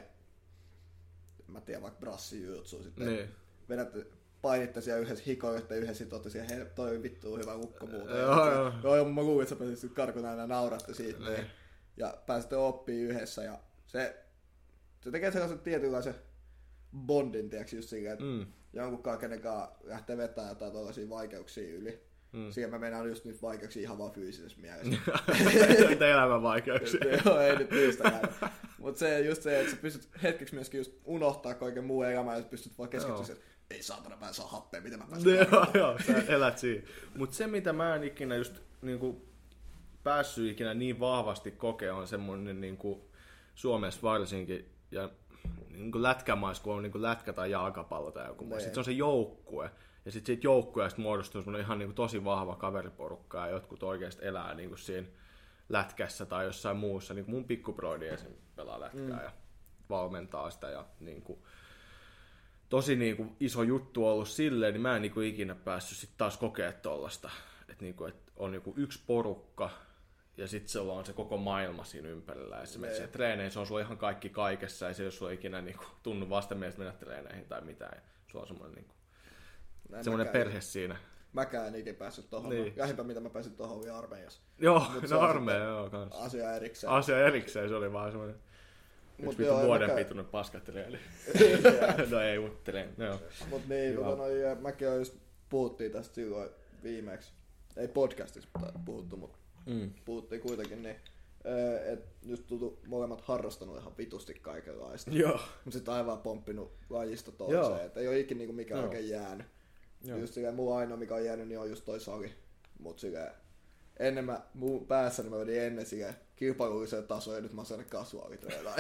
mä tiedän vaikka brassijutsu sitten. Niin. Vedätte, painitte siellä yhdessä, hikoitte yhdessä, sit ootte siellä, hei, toi vittu hyvä ukko muuta. Joo, joo. Joo, mä kuulin, että sä pääsit karkuna aina nauratte siitä. Niin. Ja pääsitte oppii yhdessä ja se, se tekee sellaisen tietynlaisen bondin, tiiäks, just siihen, että mm. jonkunkaan kenenkaan lähtee vetämään jotain tollaisia vaikeuksia yli. Mm. Siihen mä meinaan just nyt vaikeuksia ihan vaan fyysisessä mielessä. Mitä elämän vaikeuksia? Joo, ei nyt niistäkään. Mut se just se, että sä pystyt hetkeksi myöskin just unohtaa kaiken muun elämän ja sä pystyt vaan keskittyä siihen, että ei saatana, mä en saa happea, miten mä pääsen. Joo, joo, sä elät siinä. Mut se mitä mä en ikinä just niinku päässyt ikinä niin vahvasti kokea on semmonen niinku Suomessa varsinkin ja niinku lätkämais, kun on niinku lätkä tai jalkapallo tai joku. Sitten se on se joukkue. Ja sitten siitä joukkueesta muodostuu semmoinen ihan niinku tosi vahva kaveriporukka ja jotkut oikeasti elää niinku siinä lätkässä tai jossain muussa. Niinku mun pikkubroidi esim. Pelaa lätkää mm. ja valmentaa sitä ja niinku tosi niinku iso juttu ollut silleen, niin mä en niinku ikinä päässyt sit taas kokea tollasta. Että niinku, et on joku yksi porukka ja sitten se on se koko maailma siinä ympärillä. Ja se menee siihen treeneihin, se on sulla ihan kaikki kaikessa ja se ei ole sulla ikinä niinku tunnu vastenmielestä mennä treeneihin tai mitään. Ja sulla on semmoinen niinku semmoinen perhe siinä. Mäkään en ikinä päässyt tohon. Niin. Lähimpä mitä mä pääsin tohon oli armeijassa. Joo, no armeija joo kans. Asia erikseen. Asia erikseen, se oli vaan semmoinen yksi vittu vuoden mäkään... pituinen paskattelija. No ei, mutta no. Mut niin, tota noin, mäkin on just puhuttiin tästä silloin viimeksi. Ei podcastissa puhuttu, mutta mm. puhuttiin kuitenkin niin. Että just tultu molemmat harrastanut ihan vitusti kaikenlaista. Joo. Mut sit aivan pomppinut lajista toiseen. Et ei oo ikin niinku mikään oikein jäänyt. Joo. Just silleen muu ainoa mikä on jäänyt niin on just toi sali. Mut silleen ennen mä mun päässäni mä vedin ennen silleen kilpailulliseen tasoon ja nyt mä oon saanut kasvuaalitreenaa.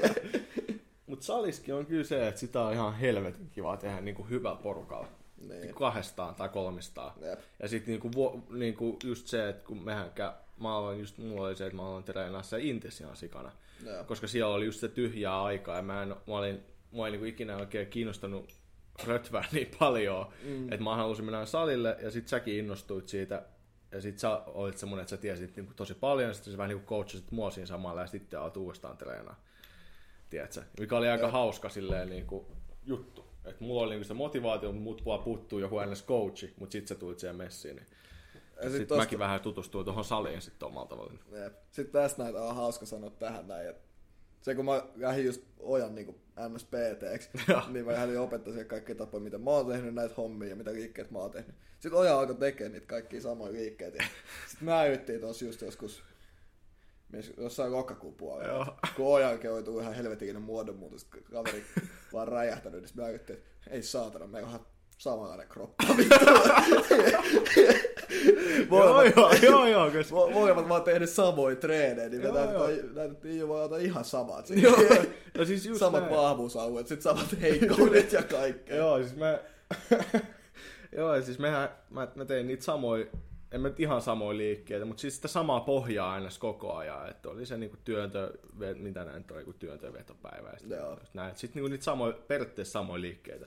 Mut saliskin on kyllä se, että sitä on ihan helvetin kiva tehdä niinku hyvällä porukalla. Niin. Kahdestaan tai kolmistaan. Jep. Ja sit niinku, niinku just se, että kun mehän käy, mä aloin just, mulla oli se, että mä aloin treenaa se Intis ihan sikana. Jep. Koska siellä oli just se tyhjää aikaa ja mä, en, mä olin, mä olin niinku ikinä oikein kiinnostanut rötvää niin paljon, mm. että mä halusin mennä salille ja sit säkin innostuit siitä. Ja sit sä olit semmonen, että sä tiesit niinku tosi paljon ja sit sä vähän niinku coachasit mua siinä samalla ja sitten alat uudestaan treenaa. Tiedätkö? Mikä oli aika Jep. hauska silleen niinku juttu. Että mulla oli niinku sitä motivaatio, mutta mut vaan puuttuu joku ns coachi, mutta sit sä tulit siihen messiin. Niin. Ja sit, sit tosta... mäkin vähän tutustuin tuohon saliin sit omalla tavalla. Sitten tästä näitä on hauska sanoa tähän näin, että se kun mä lähdin just Ojan niinku N S P T:ksi, niin mä lähdin opettaa siihen kaikkia tapoja, mitä mä oon tehnyt näitä hommia ja mitä liikkeet mä oon tehnyt. Sitten Oja alkoi tekemään niitä kaikkia samoja liikkeitä. Sitten mä yrittiin tossa just joskus jossain lokakuun puolella, kun Ojankin oli ihan helvetillinen muodonmuutos, kaveri vaan räjähtänyt, niin mä yrittiin, että ei saatana, meillä on ihan samanlainen kroppa. Joo, joo, joo. Molemmat vaan tehnyt samoin treenejä, niin me näytettiin jo vaan ihan samat. No siis just samat näin. Vahvuusalueet, sit samat heikkoudet ja kaikkea. Joo, siis mä... Joo, siis mehän, mä, mä tein niitä samoja, en mä nyt ihan samoja liikkeitä, mutta siis sitä samaa pohjaa aina koko ajan, että oli se niinku työntö, mitä näin toi, työntövetopäivä ja sitten näin. Sitten niinku niitä samoja, periaatteessa samoja liikkeitä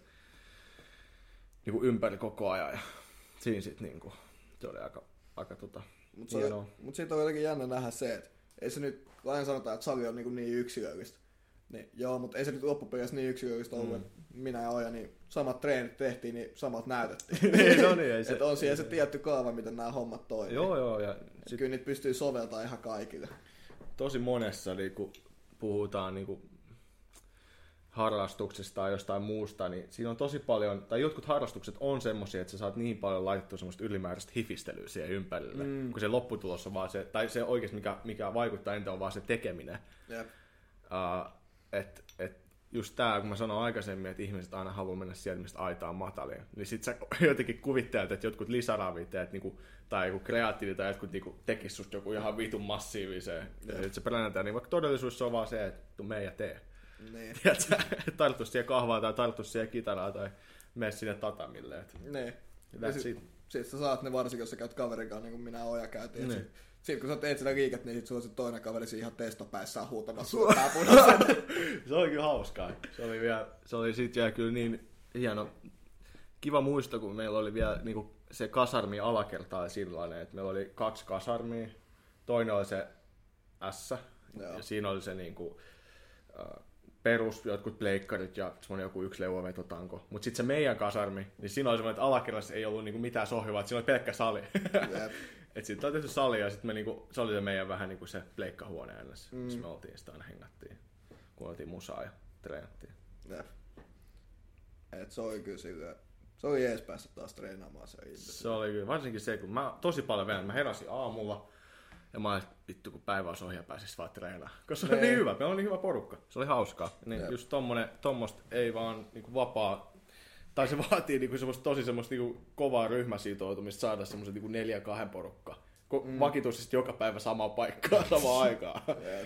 niinku ympäri koko ajan ja siinä sitten niinku, se oli aika, aika tota, Mutta mut siitä on jotenkin jännä nähdä se, että ei se nyt, aina sanotaan, että sali on niin, niin yksilöllistä. Niin, joo, mutta ei se nyt loppupeleissä niin yksilöllistä ollut, mm. että minä ja Oja, niin samat treenit tehtiin, niin samat näytettiin. Niin, no niin, ei se. Että on siellä se tietty kaava, miten nämä hommat toimii. Joo, joo. Ja sit... Kyllä niitä pystyy soveltamaan ihan kaikille. Tosi monessa, niin kun puhutaan niin kun harrastuksesta tai jostain muusta, niin siinä on tosi paljon, tai jotkut harrastukset on semmoisia, että sä saat niin paljon laitettua semmoista ylimääräistä hifistelyä siihen ympärille, mm. kun se lopputulos on vaan se, tai se oikeasti mikä, mikä vaikuttaa eniten on vaan se tekeminen. Yep. Uh, että et just tää, kun mä sanoin aikaisemmin, että ihmiset aina haluaa mennä sieltä, mistä aita on matalin, niin sit sä jotenkin kuvittelet, että jotkut lisäravitteet niinku, tai joku kreatiivi tai jotkut niinku, tekis susta joku ihan vitun massiiviseen. Ja sit se pelänetään, niin vaikka todellisuus on vaan se, että tuu mene ja tee. Niin. Tiedätkö, tarttu siihen kahvaan tai tarttu siihen kitaraa tai mene sinne tatamille. Niin. Sitten sit sä saat ne varsinkin, jos sä käyt kaverin kanssa, niin kuin minä ja Oja käytiin. Niin. Sitten kun sä teet sitä liiket, niin sit sulla on se toinen kaveri siinä ihan testopäissään huutamassa sua pääpunaisen. Se oli kyllä hauskaa. Se oli, vielä, se oli sit vielä kyllä niin hieno, kiva muisto, kun meillä oli vielä niin kuin se kasarmi alakertaa sillainen, että meillä oli kaksi kasarmia. Toinen oli se S, ja siinä oli se niin kuin, uh, perus, jotkut pleikkarit ja semmoinen joku yksi leuavetotanko. Mutta sitten se meidän kasarmi, niin siinä oli semmoinen, että alakerrassa ei ollut niinku mitään sohvaa, että siinä oli pelkkä sali. Yep. Että sitten oli tehty sali ja sitten niinku, se oli se meidän vähän niinku se pleikkahuone ennäs, mm. missä me oltiin sitä aina hengattiin, kun oltiin musaa ja treenattiin. Yep. Et se oli kyllä silleen, se oli ees päästä taas treenaamaan se itse. Se oli kyllä, varsinkin se, kun mä tosi paljon vedän, mä heräsin aamulla. Ja mä olin, vittu kun päivä olisi ohi ja pääsis vaan treenaa. Koska se oli niin hyvä, meillä oli niin hyvä porukka. Se oli hauskaa. Niin just tommonen, tommoista ei vaan niinku vapaa, tai se vaatii niinku semmoista tosi semmoista niinku kovaa ryhmäsitoutumista saada semmoista niinku neljä kahden porukkaa. Mm. Vakituisesti joka päivä samaan paikkaan samaan aikaan.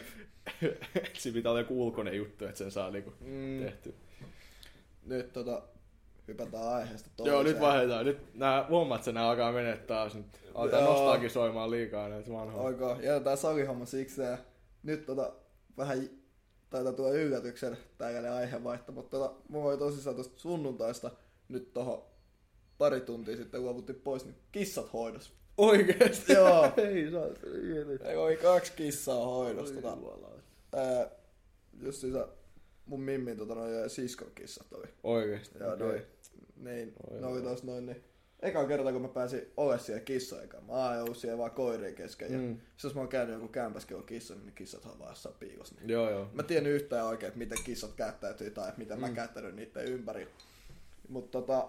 Siinä pitää olla joku ulkoinen juttu, että sen saa niinku mm. tehtyä. Nyt tota, hypätään aiheesta toiseen. Joo, nyt vaihdetaan. Nyt nää, huomaat, että nää alkaa menee taas. Nyt aletaan nostaakin soimaan liikaa näitä vanhoja. Oiko, jätetään salihomma siksi. Ja nyt tota, vähän taitaa tulla yllätyksen tällainen aihevaihto, mutta tota, mulla oli tosissaan tosta sunnuntaista nyt tohon pari tuntia sitten luovuttiin pois, niin kissat hoidossa. Oikeesti? Joo. Ei saa. Ei oli kaksi kissaa hoidossa. Tota, ää, just siis mun mimmin tota, noin siskon kissat oli. Oikeesti? Joo, okay. Noi, niin, ne oli tos noin niin. Eka kerta kun mä pääsin ole siellä kissojen kanssa, mä oon ollut siellä vaan koirien kesken. Mm. Ja jos mä oon käynyt joku kämpäskin on kissa, niin kissat on vaan jossain piilossa. Niin. Joo, joo. Mä tiedän yhtään oikein, että miten kissat käyttäytyy tai miten mm. mä käyttäydyn niiden ympäri. Mut tota,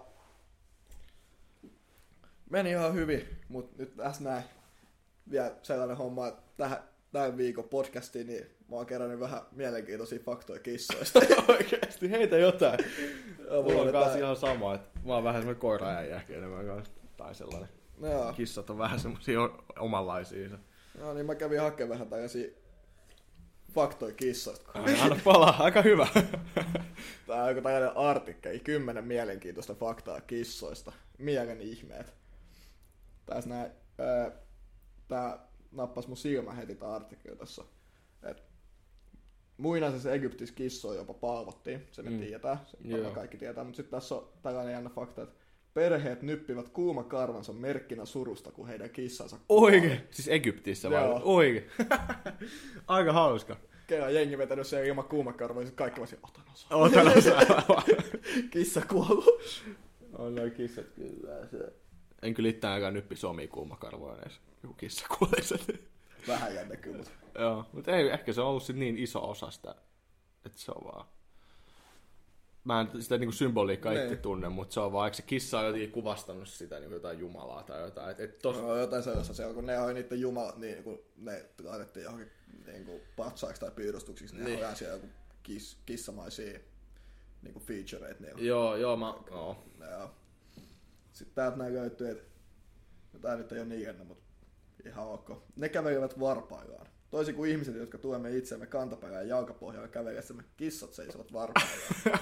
meni ihan hyvin, mut nyt tässä näin vielä sellainen homma, että tähän, tämän viikon podcastiin, niin mä oon kerännyt vähän mielenkiintoisia faktoja kissoista. Oikeesti, heitä jotain. Mulla on kanssa ihan sama, että mä oon vähän semmoinen koiraäijä enemmän kanssa, tai sellainen. No, kissat on vähän semmosia omanlaisia. No niin, mä kävin hakemaan vähän tällaisia faktoja kissoista. Anna palaa, aika hyvä. Tää on joku tällainen artikkeli, kymmenen mielenkiintoista faktaa kissoista. Mielen ihmeet. Tässä näin, ää, tää nappasi mun silmä heti tää artikkeli tässä. Et muinaisessa Egyptissä kissoja jopa palvottiin, se me mm. tietää, se kaikki tietää, mutta sitten tässä on tällainen jännä fakta, että perheet nyppivät kuumakarvansa merkkinä surusta, kun heidän kissansa kuolee. Oikein? Siis Egyptissä vai? Oikein. Aika hauska. Kerran jengi vetänyt sen ilman kuumakarvoja, niin kaikki vasta otan osaa. Otan osaa. Kissa kuollut. On noin kissat kyllä. Se. En kyllä itse ainakaan nyppisi omia kuumakarvoja edes. Joku kissa kuolisi. Vähän jännä kyllä. Mutta. Joo, mutta ei, ehkä se on ollut sit niin iso osa sitä, että se on vaan. Mä en sitä niinku symboliikkaa itse tunne, mutta se on vaan, eikö se kissa on jotenkin kuvastanut sitä niinku jotain jumalaa tai jotain. Et, et tos... No, jotain sellaista, se on, kun ne oli niiden jumalat, niin kun ne laitettiin johonkin niin patsaiksi tai pyydostuksiksi, niin, niin. on siellä joku kiss, kissamaisia niin featureita. Niin joo, joo, mä... No. Joo. Sitten täältä näin löytyy, että tää nyt ei ole niin jännä, mutta ihan ok. Ne kävelevät varpaillaan. Toisin kuin ihmiset, jotka tuemme itseämme kantapäällä ja jalkapohjalla kävellessämme, kissat seisovat varpaillaan.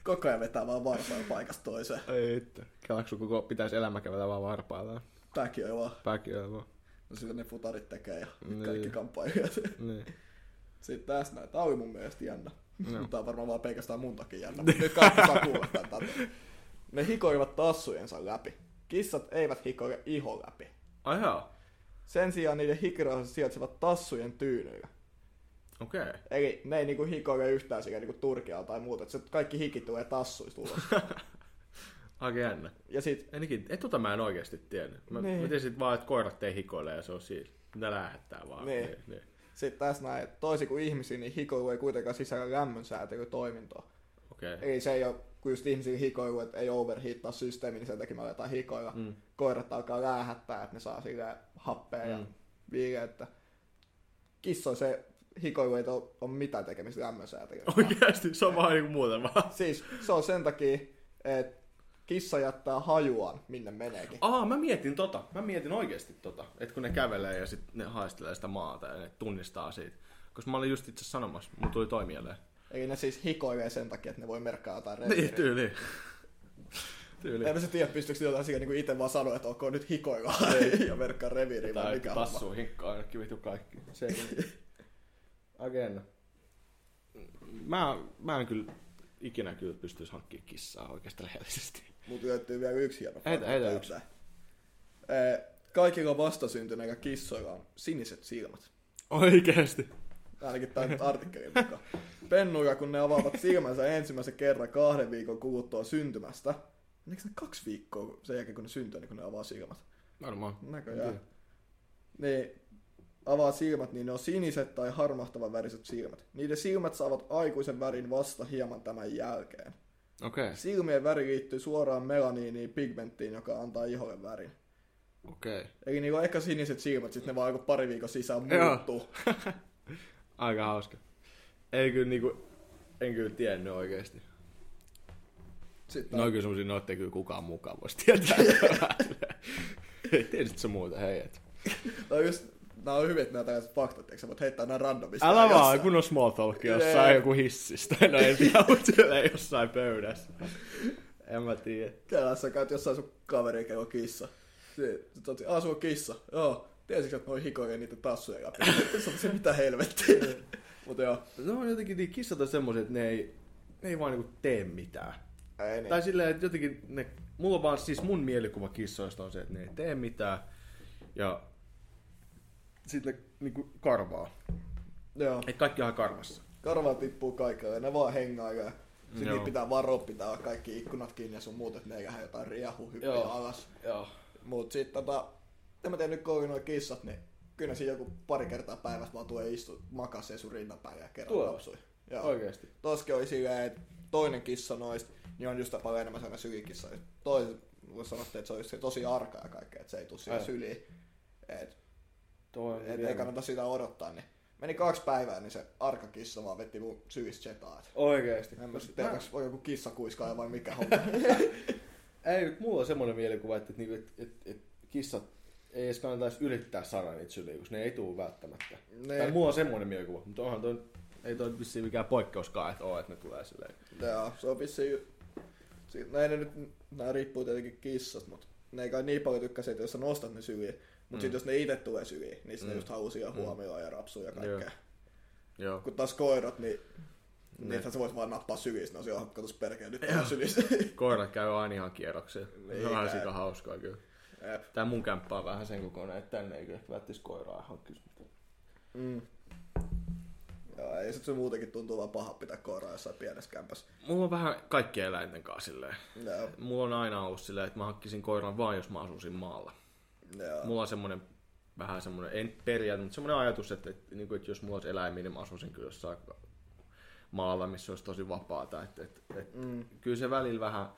koko ajan vetää vaan varpailla paikasta toiseen. Ei itse. Kelaksi sun koko pitäisi elämä kävellä vaan varpaillaan. Päkiöi vaan. Päkiöi vaan. No sitä ne futarit tekee ja Niin. kaikki kamppailijat. Niin. Sitten tässä näin. Tää oli mun mielestä jännä. No. Tää on varmaan vaan pelkästään mun takia jännä. Nyt kaikki saa kuulla tän. Ne hikoivat tassujensa läpi. Kissat eivät hikoile iho läpi. Ai jaa. Sen sijaan niiden hikirauhassa sijaitsevat tassujen tyynyillä. Okei. Okay. Eli ne ei niinku hikoile yhtään sekä niinku turkialla tai muuta. Et se kaikki hiki tulee tassuista ulos. Aika jännä. Ja sit... Enikin, et tota mä en oikeesti tiennyt. Mä, Niin. mä tiesin vaan, että koirat ei hikoile ja se on siinä. Ne lähettää vaan. Niin. Niin, niin. Sitten tässä näin, että toisin kuin ihmisiä, niin hikoilu ei kuitenkaan sisällä lämmönsäätelytoimintoa. Okei. Okay. Eli se ei ole, kun just ihmisiä hikoilu, että ei overheattaa systeemi, niin sen takia me aletaan hikoilla. Mm. Koirat alkaa läähättää, että ne saa silleen happea ja Mm. viileettä. Kissoilla se hikoilu ei ole, ole mitään tekemistä lämmönsäätelyä. Oikeesti, se on vaan niinku muuten vaan. Siis se on sen takia, että kissa jättää hajuaan, minne meneekin. Aa, mä mietin tota. Mä mietin oikeesti tota. Että kun ne kävelee ja sit ne haistelee sitä maata ja ne tunnistaa siitä. Koska mä olin just itse sanomassa, mun tuli toi mieleen. Eli ne siis hikoilee sen takia, että ne voi merkkaa jotain reviiriä. Niin, tyyli. tyyli. En mä se tiedä, pystyykö jotain asiaa niin itse vaan sanoa, että olkoon nyt hikoilla ja merkkaa reviiriä vai Tai mikä tassuu hinkkaa ainakin vitu kaikki. Se Again. Mä, mä en kyllä ikinä kyllä pystyisi hankkimaan kissaa oikeastaan rehellisesti. Mut löytyy vielä yksi hieno Heitä, fakta heitä täältä. yksi. Eh, Kaikilla vastasyntyneillä kissoilla on siniset silmät. Oikeesti? Ainakin tämän artikkelin mukaan. Pennuilla, kun ne avaavat silmänsä ensimmäisen kerran kahden viikon kuluttua syntymästä. Eikö ne kaksi viikkoa sen jälkeen, kun ne syntyy, niin kun ne avaa silmät? Varmaan. Näköjään. Niin avaa silmät, niin ne on siniset tai harmahtavan väriset silmät. Niiden silmät saavat aikuisen värin vasta hieman tämän jälkeen. Okei. Okay. Silmien väri liittyy suoraan melaniiniin pigmenttiin, joka antaa iholle värin. Okei. Okay. Eli niillä on ehkä siniset silmät, sitten ne vaan joku pari viikon sisään Joo. muuttuu. Aika hauska. Ei kyllä niinku, en kyllä tiennyt oikeesti. Sitten No kyllä semmosia noita ei kyllä kukaan mukaan voisi tietää. Tiesit sä muuta, hei et. on just, nää on hyvin nämä tällaiset faktat, eikö sä voit heittää nää randomista. Älä vaan, jossain. kun on small talk jossain Jee. joku hissistä. No en tiedä, mutta siellä jossain pöydässä. En mä tiedä. Kelaa sä käyt jossain sun kaverin, kello on kissa. Sitten toti, aah sulla on kissa. Joo. Tiesitkö, että noi hikoilee niitä tassuja läpi? Se on se mitä helvettiä. Mut joo. No jotenkin niin kissat on semmoset, että ne ei, ne ei vaan niinku tee mitään. Ei niin. Tai silleen, että jotenkin ne, mulla on vaan siis mun mielikuva kissoista on se, että ne ei tee mitään. Ja sitten ne niinku karvaa. Joo. Et kaikki on ihan karvassa. Karva tippuu kaikille, ne vaan hengailee. Sitten Joo. niitä pitää varoa, pitää olla kaikki ikkunat kiinni ja sun muut, että ne ei lähde jotain riehu hyppiä Joo. alas. Joo. Mut sit tota, en mä tiedä nyt kun oli noi kissat, niin kyllä siinä joku pari kertaa päivässä vaan tulee istu makaa siihen sun rinnapäin ja kerran Tuo. lapsui. Joo. Oikeesti. Toskin oli silleen, että toinen kissa noista, niin on just paljon enemmän sellainen sylikissa. Toiset, kun sanottiin, että se olisi tosi arka ja kaikkea, että se ei tule siihen Ai. syliin. Et, Toi et ei kannata sitä odottaa. Niin. Meni kaksi päivää, niin se arka kissa vaan vetti mun syistä jetaa. Oikeesti. En mä sitten tiedä, onko joku kissa kuiskaa vai mikä homma. Ei, mulla on semmoinen mielikuva, että, että, että, että, että kissat ei edes kannattaisi yrittää saada niitä syliä, koska ne ei tule välttämättä. Ne. Tai mulla on semmoinen mielikuva, mutta onhan toi, ei toi vissiin mikään poikkeuskaan, että, oo, että ne tulee silleen. Joo, se on vissiin... si- No ei ne nyt, nää riippuu tietenkin kissasta, mutta ne ei kai niin paljon tykkää siitä, jos sä nostat ne syliin. Mutta Mm. sit jos ne itse tulee syliin, niin mm. ne Mm. just haluaa siihen Mm. huomioon ja rapsua ja kaikkea. Joo. Joo. Kun taas koirat, niin Ne. niinhän sä vois vaan nappaa syliin, no se on katos perkele, nyt on sylissä. Koirat käy aina ihan kierroksia. Niin Se on ihan käy. sika hauskaa kyllä. Jep. Tää mun kämppä on vähän sen kokoinen, että tänne ei kyllä välttis koiraa hankkis. Mm. Joo, ei sit se muutenkin tuntuu vaan paha pitää koiraa jossain pienessä kämpässä. Mulla on vähän kaikkien eläinten kanssa silleen. Joo, Mulla on aina ollut silleen, että mä hankkisin koiran vaan, jos mä asuisin maalla. joo. Mulla on semmonen, vähän semmonen, en periaate, mutta semmonen ajatus, että, että, että, että jos mulla olisi eläimiä, niin mä asuisin kyllä jossain maalla, missä olisi tosi vapaata. Että, että, että, Mm. kyllä se välillä vähän,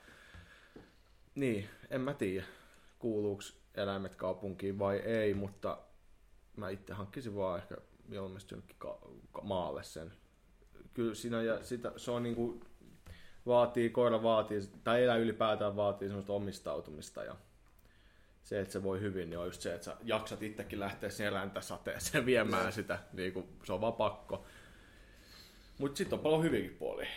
niin, en mä tiedä, kuuluuko eläimet kaupunkiin vai ei, mutta mä itse hankkisin vaan ehkä mieluummin jonnekin ka- ka- maalle sen. Kyllä siinä ja sitä, se on niinku, vaatii, koira vaatii, tai elää ylipäätään vaatii semmoista omistautumista ja se, että se voi hyvin, niin on just se, että sä jaksat itsekin lähteä siihen räntäsateeseen viemään Joo. sitä, niin kuin, se on vaan pakko. Mut sit on paljon hyvinkin puolia.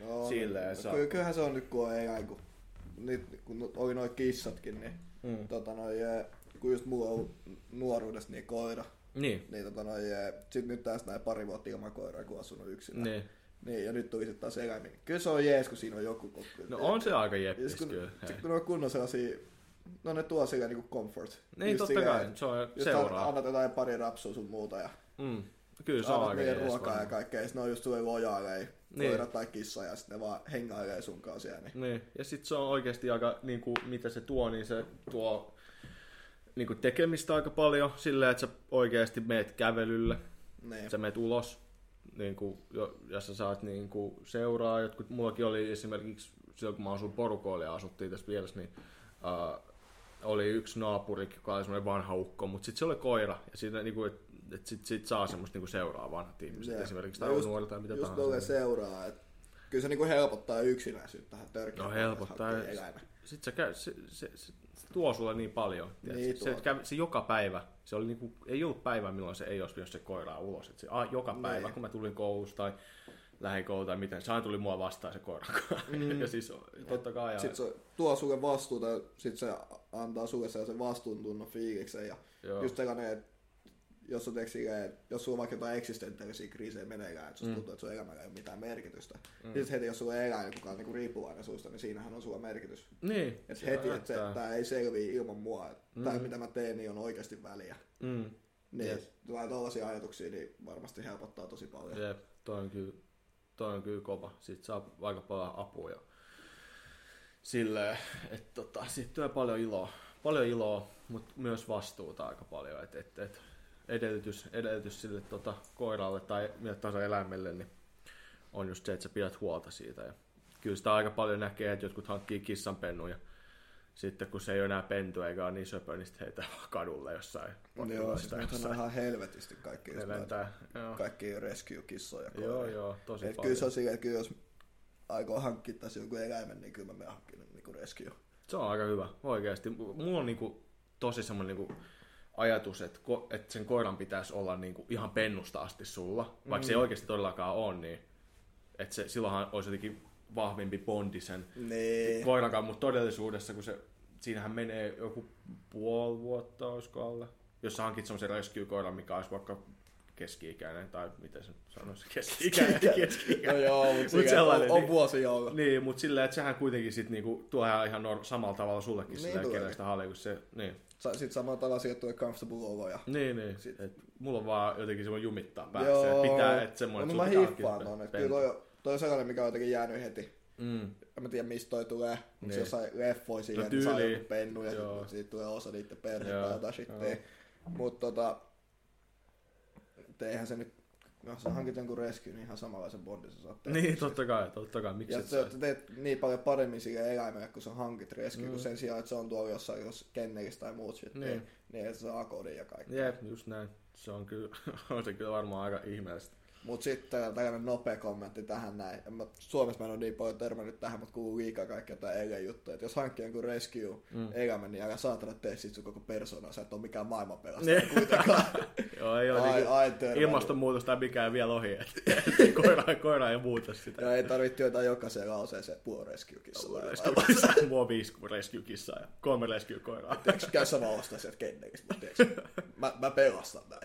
No, silleen. no, Saa... ky- kyllähän se on nyt kun on eläin, kun, nyt, kun oli noi kissatkin, niin Mm. tota noi, kun just mulla on ollut nuoruudessa niin koira, Niin. niin tota noi, sit nyt tästä näin pari vuotta ilman koiraa, kun asunut yksin. Niin. Niin, ja nyt tuli sit taas eläimiä. Kyllä se on jees, kun siinä on joku kokku. No on se aika jeppis kun, kyllä. sit, kun ne on kunnon sellaisia, no ne tuo silleen niinku comfort. Niin just totta kai, se on just seuraa. annat jotain pari rapsua sun muuta ja Mm. Kyllä se on aika jees. ruokaa ja kaikkea, ja sit ne on just sulle lojaaleja, Niin. koira tai kissa, ja sit ne vaan hengailee sun kanssa siellä. Niin. Niin. Ja sit se on oikeesti aika, niinku, mitä se tuo, niin se tuo niinku tekemistä aika paljon silleen, että sä oikeesti meet kävelylle, Niin. sä meet ulos, niinku, jo- ja sä saat niinku, seuraa. Jotkut, mullakin oli esimerkiksi silloin, kun mä asuin porukoille ja asuttiin tässä vieressä, niin uh, oli yksi naapuri, joka oli semmoinen vanha ukko, mutta sitten se oli koira, ja siinä niinku, et, et sit, sit saa semmoista niinku seuraa vanhat ihmiset, Jep. esimerkiksi No tai just- nuori tai mitä Just tahansa. tolleen seuraa, että kyllä se niinku helpottaa yksinäisyyttä tähän törkeä. No helpottaa. Sitten se, käy, se, se, se, se tuo sulle niin paljon. Niin se, se, kävi, se joka päivä, se oli niinku, ei ollut päivä, milloin se ei olisi vienyt se koiraa ulos. Et se, a, joka päivä, Niin. kun mä tulin koulusta tai lähikouluun tai miten, se aina tuli mua vastaan se koira. Mm. Ja siis totta kai. Sitten se tuo sulle vastuuta, sit se antaa sulle sellaisen vastuuntunnon fiiliksen. Ja Joo. just sellainen, että jos, on, silleen, että jos sulla on vaikka jotain eksistentiaalisia kriisejä meneillään, että susta Mm. tuntuu, että sun elämällä ei ole mitään merkitystä. Mm. Mm. Sitten heti, jos sulla on eläin, joka on niinku riippuvainen susta, niin siinähän on sulla merkitys. Niin. Että heti, että se, Tää- tää ei selviä ilman mua. Että Mm. tää, mitä mä teen, niin on oikeasti väliä. Mm. Niin, Jep. tulee tällaisia ajatuksia, niin varmasti helpottaa tosi paljon. Jep, toi on kyllä, toi on kyllä kova. Siitä saa aika paljon apua. Ja silleen, että tota, siitä tulee paljon iloa, paljon iloa, mutta myös vastuuta aika paljon. Et, et, et edellytys, edellytys sille tota, koiralle tai mille tahansa eläimelle niin on just se, että sä pidät huolta siitä. Ja kyllä sitä aika paljon näkee, että jotkut hankkii kissanpennun ja sitten kun se ei ole enää pentu eikä ole niin söpö, niin sitten heitä kadulle jossain. Joo, siis nyt on ihan helvetisti kaikki, Ne lentää, joo. kaikki rescue-kissoja. Joo, koiria. joo, tosi Et paljon. kyllä se on silleen, että kyllä jos aikoo hankkia tässä joku eläimen, niin kyllä mä menen hankkimaan niinku rescue. Se on aika hyvä, oikeasti. Mulla on niinku tosi semmoinen niinku ajatus, että, ko- että sen koiran pitäisi olla niinku ihan pennusta asti sulla, vaikka mm. se ei oikeasti todellakaan ole, niin että se, silloinhan olisi jotenkin vahvempi bondi sen Nee. koirankaan, mutta todellisuudessa, kun se, siinähän menee joku puoli vuotta, olisiko alle, jos sä hankit semmoisen rescue-koiran, mikä olisi vaikka keski-ikäinen, tai miten se sanoisi, keski-ikäinen, No keski-ikäinen. joo, mutta Mut sellainen, on, on niin- vuosia ollut. Niin, mutta silleen, että sehän kuitenkin sit niinku tuo ihan nor- samalla tavalla sullekin Niin silleen, tuleekin. kenen sitä halee, kun se, niin. Sa- Sitten samalla tavalla sieltä tulee comfortable oloja. Niin, niin. Sit- Et mulla on vaan jotenkin semmoinen jumittaa päässä. Joo. Ja pitää, että semmoinen, no, että mä sulla pitää hiffaan hankkia ton, että pentu. kyllä toi, on- toi on sellainen, mikä on jotenkin jäänyt heti. Mm. En mä tiedä mistä toi tulee, mutta Niin. se jossain leffoi siihen, No että saa tyyliin. joku pennu ja Joo. sit, siitä tulee osa niiden perhettä Joo, ja jotain shittia. joo. Mutta tota, et eihän se nyt, jos sä hankit jonkun rescue, niin ihan samanlaisen bondin sä saat tehdä. Niin, totta kai, totta kai. Miksi Ja et sä sä... teet niin paljon paremmin sille eläimelle, kun sä hankit rescue, Mm. kun sen sijaan, että se on tuolla jossain jos kennelissä tai muut shit, Niin. niin, niin että se saa kodin ja kaikki. Jep, just näin. Se on kyllä, on se kyllä varmaan aika ihmeellistä. Mut sitten tällainen nopea kommentti tähän näin. En mä, Suomessa mä en ole niin paljon törmännyt tähän, mutta kuuluu liikaa kaikkea tää eilen juttu. Että jos hankkii jonkun rescue Mm. elämän, niin älä saatana tee sit sun koko persoonaa. Sä et oo mikään maailmanpelastaja Niin. kuitenkaan. Joo, ei ole ai, niinku ai törmännyt. ilmastonmuutos tai mikään vielä ohi. että koira, koira ei muuta sitä. Ja ei tarvitse jotain jokaiseen lauseeseen puol rescue-kissa. Rescue-kissa. Mulla on viisi rescue-kissaa ja kolme rescue-koiraa. Tiedätkö, käy sä vaan ostaa sieltä kennelistä, mutta tiedätkö, mä, mä pelastan näin.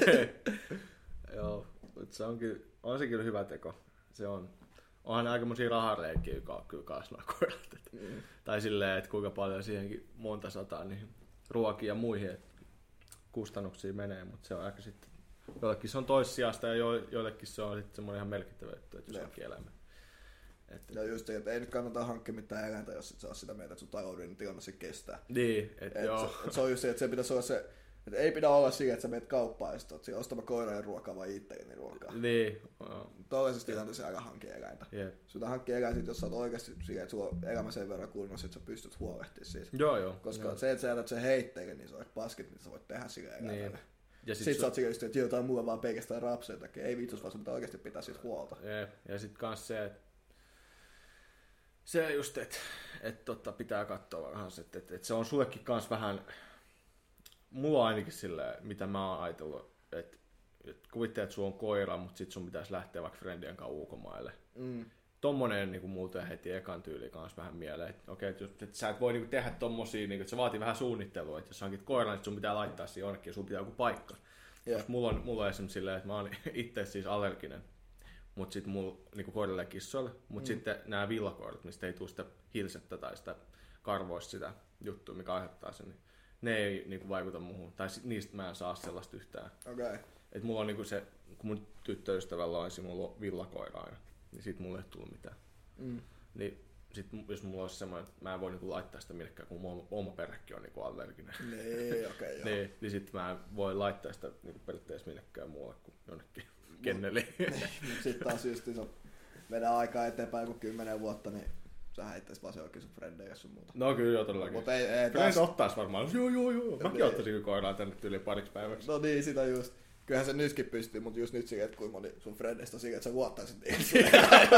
Joo, mutta se on, kyllä, on se kyllä hyvä teko. Se on. Onhan aikamoisia rahareikiä, joka on kyllä kanssa nuo koirat. että- Mm. Tai silleen, että kuinka paljon siihenkin monta sataa niihin ruokiin ja muihin että kustannuksia menee, mutta se on aika sitten, joillekin se on toissijasta ja jo- joillekin se on sitten semmoinen ihan merkittävä juttu, että jos Jep. hankkii eläimen. Että, Ja just se, että ei nyt kannata hankkia mitään eläintä, jos et saa sitä mieltä, että sun taloudellinen tilanne se kestää. niin, että Et joo. se, et se on just se, että se pitäisi olla se, että ei pidä olla siihen, että sä menet kauppaan ja sit oot siellä ostamaan koiraan ruokaa vai itselleni ruokaa. Niin, joo, Tuollaisessa tilanteessa älä hankkia eläintä. jep. Sitä hankkia eläintä, jos sä oot oikeasti siihen, että sulla on elämä sen verran kunnossa, että sä pystyt huolehtimaan siitä. Joo, joo. Koska joo. se, että sä jätät sen heitteille, niin se on paskit, mitä sä voit tehdä sille eläimelle. Niin. Ja sit, Sitten su- sä oot sille just, että jotain mulla vaan pelkästään rapseen takia. Ei vitsus, vaan sun pitää oikeasti pitää siitä huolta. Jep. Ja sitten kans se, että se just, että et, tota, pitää katsoa vähän, että et, et se on sullekin kans vähän, mulla on ainakin silleen, mitä mä oon ajatellut, että et kuvittelet, että sulla on koira, mutta sit sun pitäisi lähteä vaikka friendien kanssa ulkomaille. Mm. tommonen niinku muuten heti ekan tyyli kanssa vähän mieleen, että okei, okay, että, että sä et voi niinku tehdä tommosia, niinku, että se vaatii vähän suunnittelua, että jos hankit koiran, niin sun pitää laittaa siihen jonnekin, sun pitää joku paikka. Yeah. Koska mulla on, mulla on esimerkiksi silleen, että mä oon itse siis allerginen, mutta sitten mulla niinku koirille ja kissoille, mutta mm. sitten nämä villakoirat, mistä ei tule sitä hilsettä tai sitä karvoista sitä juttua, mikä aiheuttaa sen, niin ne ei niinku vaikuta muuhun, tai sit, niistä mä en saa sellaista yhtään. Okay. Et mulla on niinku se, kun mun tyttöystävällä on mulla on villakoira aina, niin sit mulla ei tullut mitään. Mm. Niin sit jos mulla olisi semmoinen, että mä en voi niinku laittaa sitä millekään, kun mun oma perhekin on niinku allerginen. Niin, okei, okay, niin, niin sit mä en voi laittaa sitä niinku periaatteessa millekään muualle kuin jonnekin kenneliin. Sit taas just se vedä aikaa eteenpäin joku kymmenen vuotta, niin sä heittäis vaan se oikein sun frendejä sun muuta. No kyllä joo todellakin. Mut ei, ei kyllä taas... se ottais varmaan. Joo joo joo. Mäkin ottaisin koiraa tänne tyyliin pariksi päiväksi. No niin, sitä just. Kyllähän se nytkin pystyy, mutta just nyt siihen, että kuinka moni sun frendeistä on siihen, että sä luottaisit niihin.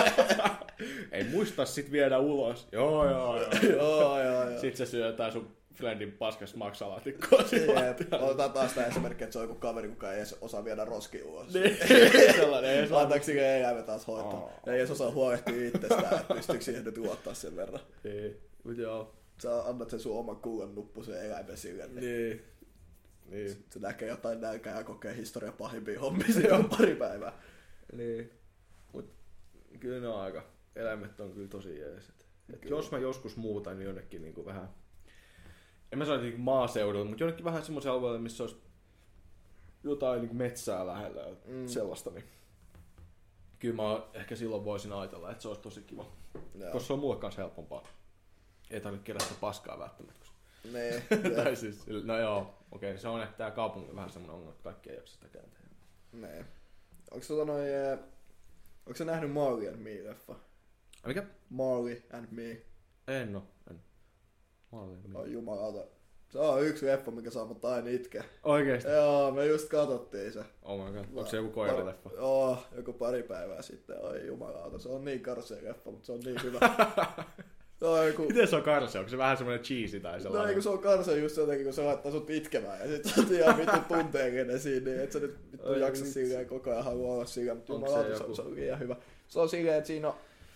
Ei muista sit viedä ulos. Joo joo joo. joo joo joo. Sit se syötään sun friendin paskas maksalaatikkoa. Otetaan taas tää esimerkki, että se on joku kaveri, kuka ei edes osaa viedä roskia ulos. Niin, sellainen ei saa. Laitaanko siihen ei jäämme taas hoitaa. Oh. Ei edes osaa huolehtia itsestään, että pystyykö siihen nyt luottaa sen verran. Niin, mut joo. Sä annat sen sun oman kuulen nuppusen eläimen sille. Niin. Niin. Se näkee jotain nälkää ja kokee historian pahimpia hommia siinä pari päivää. Niin. Mut kyllä ne on aika, eläimet on kyllä tosi jees. Jos mä joskus muutan niin jonnekin niinku vähän, en mä sano niinku maaseudulla, mutta jonnekin vähän semmoisen alueelle, missä olisi jotain niinku metsää lähellä ja mm. sellaista, niin kyllä mä ehkä silloin voisin ajatella, että se olisi tosi kiva. Joo. Koska se on mulle kanssa helpompaa. Ei tarvitse kerätä paskaa välttämättä. Nee, tai siis, no joo, okei, okay, se on, että tää kaupunki on vähän semmonen ongelma, että kaikki ei jaksa sitä kääntää. Nee. Onks tota noin, onks sä nähnyt Marley and Me-leffa? Mikä? Marley and Me. En oo, en. Marley and Me. Ai jumalauta. Se on yksi leffa, mikä saa mut aina itkeä. Oikeesti? Joo, me just katsottiin se. Oh my god, onko se joku koiraleffa? Joo, joku pari päivää sitten. Oi jumalauta, se on niin karsea leffa, mutta se on niin hyvä. No, joku... Miten se on karse? Onko se vähän semmoinen cheesy tai sellainen? No eikö se on karse just jotenkin, kun se laittaa sut itkemään ja sit sä oot ihan vittu tunteellinen siinä, niin et sä nyt vittu Oi, jaksa silleen koko ajan halua olla silleen, mutta jumalauta se, se on ihan hyvä. Se on silleen, että siinä on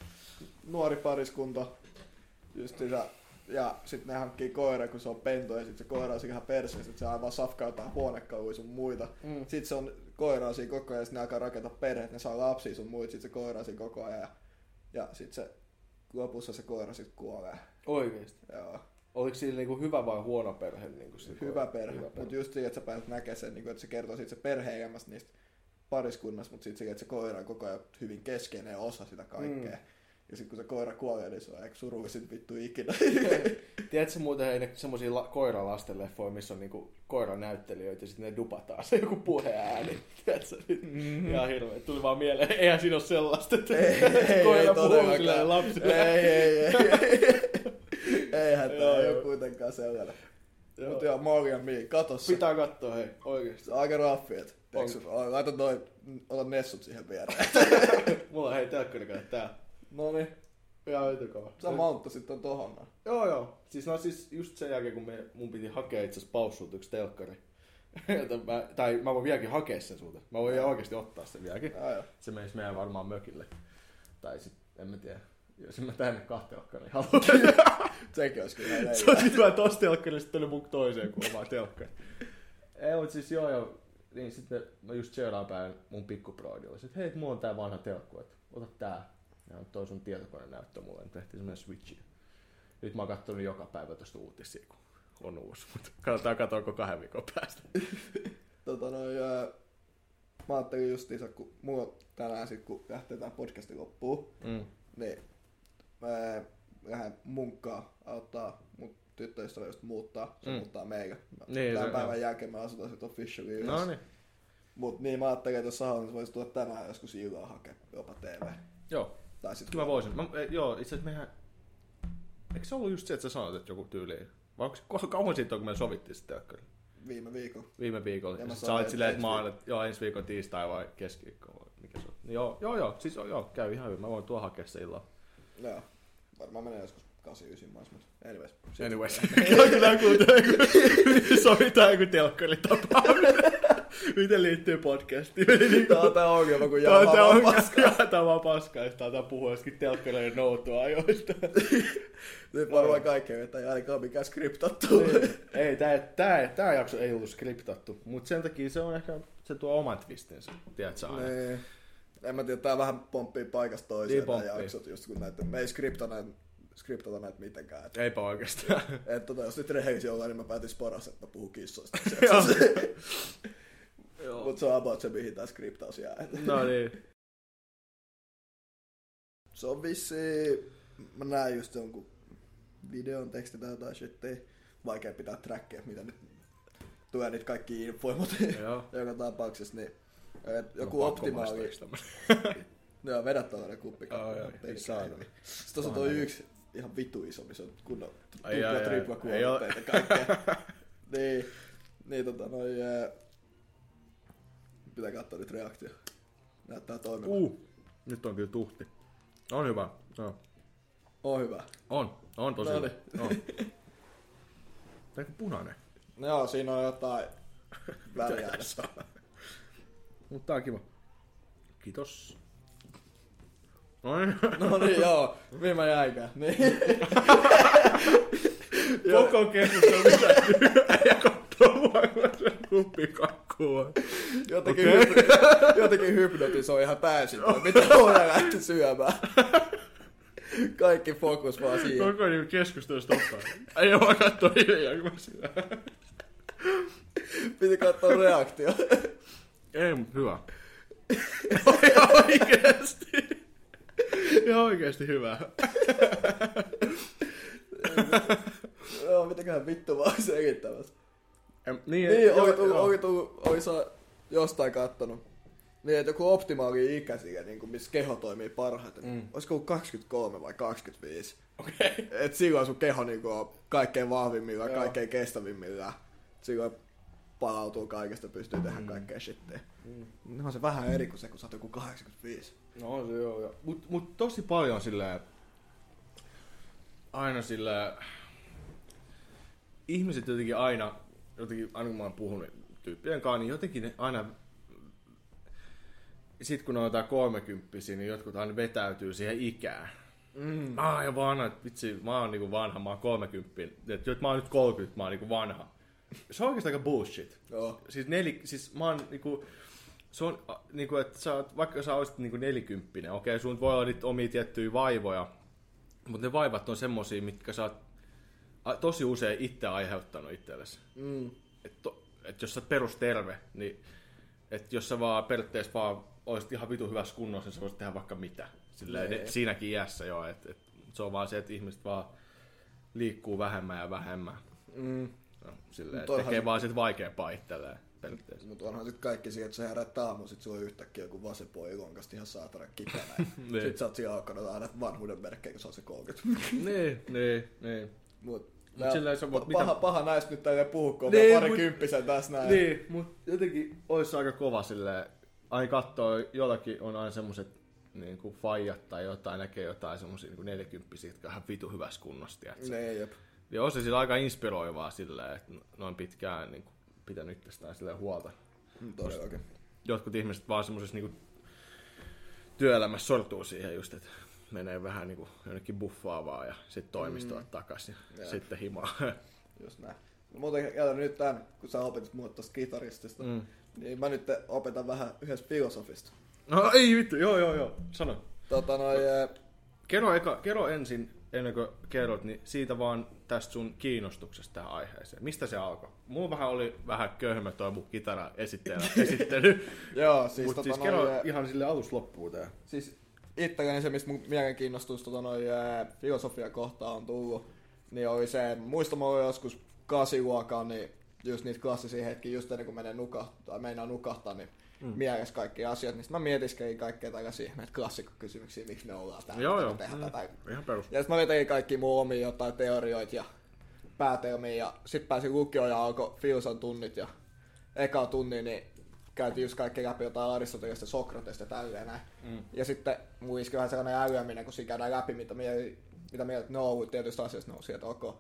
nuori pariskunta justiinsa ja sit ne hankkii koira, kun se on pento ja sit se koira on siinä ihan perseessä, että se aivan safkaa jotain huonekaluja sun muita. Mm. Sit se on koira on siinä koko ajan ja sit ne alkaa rakentaa perheet, ne saa lapsia sun muita, sit se koira on siinä koko ajan ja, ja sit se lopussa se koira sit kuolee. Oikeesti? Joo. Oliko siinä niinku hyvä vai huono perhe? Niinku hyvä perhe, perhe. Mutta just siinä, että sä pääset näkemään sen, niinku, että se kertoo siitä se perhe-elämästä niistä pariskunnasta, mutta sitten että se koira on koko ajan hyvin keskeinen osa sitä kaikkea. Mm. Ja sitten kun se koira kuolee, niin se on aika surullisin vittu ikinä. Tiedätkö muuten ei ne semmosia la- koiralastenleffoja, missä on niinku koiranäyttelijöitä ja sitten ne dupataan se joku puheääni. Tiedätkö? Mm-hmm. Ihan hirveä. Tuli vaan mieleen, eihän siinä ole sellaista, että ei, koira puhuu silleen lapsille. Ei, ei, ei. Eihän tää ei ole kuitenkaan sellainen. Mutta joo, Marley and Me, kato se. Pitää katsoa, hei, oikeesti. Se on aika raffi, et laita noin, ota nessut siihen viereen. Mulla on hei telkkari kato tää. Noniin. Ihan ytökava. Sä mounttasit ton tohon noin. Joo joo. Siis no siis just sen jälkeen kun me, mun piti hakea itse asiassa paussulta yksi telkkari. mä, tai mä voin vieläkin hakea sen sulta. Mä voin ihan oikeesti ottaa sen vieläkin. Aa, se menisi meidän varmaan mökille. Tai sit, en mä tiedä. Jos mä tänne kahta telkkariin haluan. Sekin olisi kyllä leijää. Se on sit vaan tossa telkkarilla, sit tuli mun toiseen kulmaan telkkari. Ei mut siis joo joo. Niin sitten mä just seuraan päin mun pikkuproidilla. Sit hei, mulla on tää vanha telkku, et ota tää. Ja toi sun tietokone näyttö mulle, niin tehtiin semmonen switchi. Nyt mä oon kattonut joka päivä tosta uutisia, kun on uusi, mutta katsotaan katoako kahden viikon päästä. tota noin, ja mä ajattelin justiinsa, kun mulla tänään sit, kun lähtee tää podcasti loppuun, mm. niin mä lähden munkkaa auttaa mun tyttöystävä just muuttaa, se mm. muuttaa meillä. Niin, Tämän se, päivän joo. jälkeen me asutaan sit officially yhdessä. No niin. Mut niin mä ajattelin, että jos sä haluat, niin voisit tulla tänään joskus illaa hakea jopa T V. Joo. Tai sit kyllä mä voisin. Mä, e, joo, itse asiassa mehän... Eikö se ollut just se, että sä sanoit, että joku tyyli... Vai onko kauan siitä on, kun me sovittiin sitä telkkari? Viime viikolla. Viime viikolla. Ja sä olit silleen, että mä oon, että joo, ensi viikon tiistai vai keskiviikko vai mikä se on. Niin joo, joo, joo, siis joo, käy ihan hyvin. Mä voin tuo hakea se illalla. Joo. Varmaan menee joskus kahdeksan yhdeksän maissa, mutta anyways. Anyways. Kyllä kuuntelee, kun sovitaan joku telkkari tapaaminen. Miten liittyy podcastiin? Tää on tää ongelma, kun Tää on jää tää vaan ongelma, paskaa. jaetaan vaan paskaa, ja tää puhuu joskin telkkareiden noutoajoista. Nyt varmaan kaikkea vetää ei ainakaan mikään skriptattu. Ei, tää, tää, tää jakso ei ollut skriptattu, mut sen takia se on ehkä, se tuo oman twistinsä, tiedätkö aina. Niin. En mä tiedä, tää vähän pomppii paikasta toiseen Niin tää pomppii. jaksot, just kun näitä, me ei skriptata näitä, skriptata näitä mitenkään. Et, Eipä oikeastaan. et tota, jos nyt rehellisiä ollaan, niin mä päätin sporas, että mä puhun kissoista. Joo. Mut se on about se, mihin tää skriptaus jää. No niin. Se on vissi, mä näin just jonkun videon teksti tai jotain shittiä. Vaikea pitää trackia, mitä nyt tulee niitä kaikki infoja, mutta Joo. joka tapauksessa niin et joku No, optimaali. Joo, vedä tuollainen kuppikappi. Oh, joo, ei saa. Sitten tuossa on toi yksi ihan vitu iso, missä on kunnon Ai, tupla, ai, ai. tripla Ei oo- kuolotteita kaikkea. niin, niin tota noi... Ää... Pitää katsoa nyt reaktio. Näyttää toimivan. Uh, nyt on kyllä tuhti. On hyvä. No. On hyvä. On, on tosi No hyvä. niin. On. Tää on punainen. No joo, siinä on jotain väliä. Mutta tää on kiva. Kiitos. Noin. No niin, joo. Mihin mä jäikään? Niin. Koko keskustelu lisättyy. Ja kattoo mua, kun se kuppikakkuu. Jotenkin, Okei. hyp- jotenkin hypnotisoi ihan täysin toi, mitä Oja lähti syömään. Kaikki fokus vaan siihen. Koko niinku keskustelu stoppaa. Ei oo vaan kattoo hiljaa, kun mä syön. Piti katsoa reaktio. Ei, mut hyvä. Ihan oikeesti. Ihan oikeesti hyvä. Joo, mitenköhän vittu vaan selittämässä. Em, niin, Niin, joo, oli tullut, joo. oli tullut, oli saa jostain kattonut. Niin, että joku optimaali ikäisiä, niin kuin, missä keho toimii parhaiten. Mm. Olisiko ollut kaksikymmentäkolme vai kaksikymmentäviisi? Okei. Okay. Et silloin sun keho niin kuin, on kaikkein vahvimmillaan, Joo. kaikkein kestävimmillään. Silloin palautuu kaikesta, pystyy tehdä mm. kaikkea shittiä. Mm. On se vähän eri kuin se, kun sä oot joku kahdeksankymmentäviisi. No on se joo. joo. Mut, mut tosi paljon silleen, aina silleen, ihmiset jotenkin aina, jotenkin, aina kun mä oon puhunut tyyppien kanssa, niin jotenkin ne aina, sit kun ne on jotain kolmekymppisiä, niin jotkut aina vetäytyy siihen ikään. Mm. Mä oon jo vanha, että vitsi, mä oon niinku vanha, mä oon kolmekymppinen. Että mä oon nyt kolmekymmentä, mä oon niinku vanha. Se on oikeastaan aika bullshit. Joo. Siis, neli, siis mä oon niinku, se on a, niinku, että sä oot, vaikka sä olisit niinku nelikymppinen, okei, sun voi olla niitä omia tiettyjä vaivoja, mutta ne vaivat on semmosia, mitkä sä oot a, tosi usein itse aiheuttanut itsellesi. Mm. Että et jos sä oot perusterve, niin että jos sä vaan periaatteessa vaan olisit ihan vitu hyvässä kunnossa, niin sä voisit tehdä vaikka mitä. Silleen, Nee. ne, siinäkin iässä jo, että et, se on vaan se, että ihmiset vaan liikkuu vähemmän ja vähemmän. Mm. No, silleen, Mut onhan tekee se- vaan sit vaikeampaa itselleen periaatteessa. Mutta onhan sit kaikki siihen, että sä herät aamu, sit sulla on yhtäkkiä joku vasepoi ilonkasti ihan saatana kipeänä. Niin. Sit sä oot siinä alkanut aina vanhuuden merkkejä, kun se on se kolmekymmentä. niin, niin, niin. Mut, Mut silleen se voit- pa- paha, mitä- paha näistä nyt tälleen puhua, kun on Niin, vielä pari mut- kymppisen tässä näin. Niin, mut jotenkin ois aika kova silleen, aina kattoo, jollakin on aina semmoset niinku faijat tai jotain, näkee jotain semmosia niinku nelikymppisiä, jotka on ihan vitu hyvässä kunnossa, tiiätsä. Nee, jep. Ja on se sillä aika inspiroivaa silleen, että noin pitkään niin kuin, pitänyt itsestään silleen huolta. Mm, Todellakin. Jotkut ihmiset vaan semmosessa niin kuin, työelämässä sortuu siihen just, että menee vähän niin kuin, jonnekin buffaavaa ja sitten toimistoon mm. takaisin ja Jep. sitten himaa. Just näin. No, muuten jätän nyt tän, kun sä opetit mua tosta kitaristista, Mm. niin mä nyt opetan vähän yhdessä filosofista. No ei vittu, joo joo joo, sano. Tota noi, ää, Kerro, eka, kerro ensin, ennen kuin kerrot, niin siitä vaan tästä sun kiinnostuksesta tähän aiheeseen. Mistä se alkoi? Mulla vähän oli vähän köyhmä toi mun kitara esittely, esittely. joo, siis mutta tota siis noi, kerro ää, ihan sille alusta loppuun tää. Siis itselläni se, mistä mun mielenkiinnostus tota noi, ää, filosofia kohtaan on tullut, niin oli se, muistan mä olin joskus kasiluokan, niin just niitä klassisia hetkiä, just ennen kuin menee nukahtaa, tai meinaa nukahtaa, niin mm. mielessä kaikki asiat, niin sit mä mietiskelin kaikkea tällaisia näitä klassikkokysymyksiä, miksi me ollaan täällä, Joo, miksi joo. me tehdään Mm. tätä. Ihan perus. Ja sit mä vetelin kaikki mun omia jotain teorioita ja päätelmiä, ja sit pääsin lukioon ja alkoi filosan tunnit, ja eka tunnin niin käytiin just kaikki läpi jotain Aristotelesta, Sokratesta ja tälleen näin. Mm. Ja sitten mulla iski vähän sellainen älyäminen, kun siinä käydään läpi, mitä mieltä, mitä mieltä ne on ollut tietystä asiasta, ne on sieltä ok.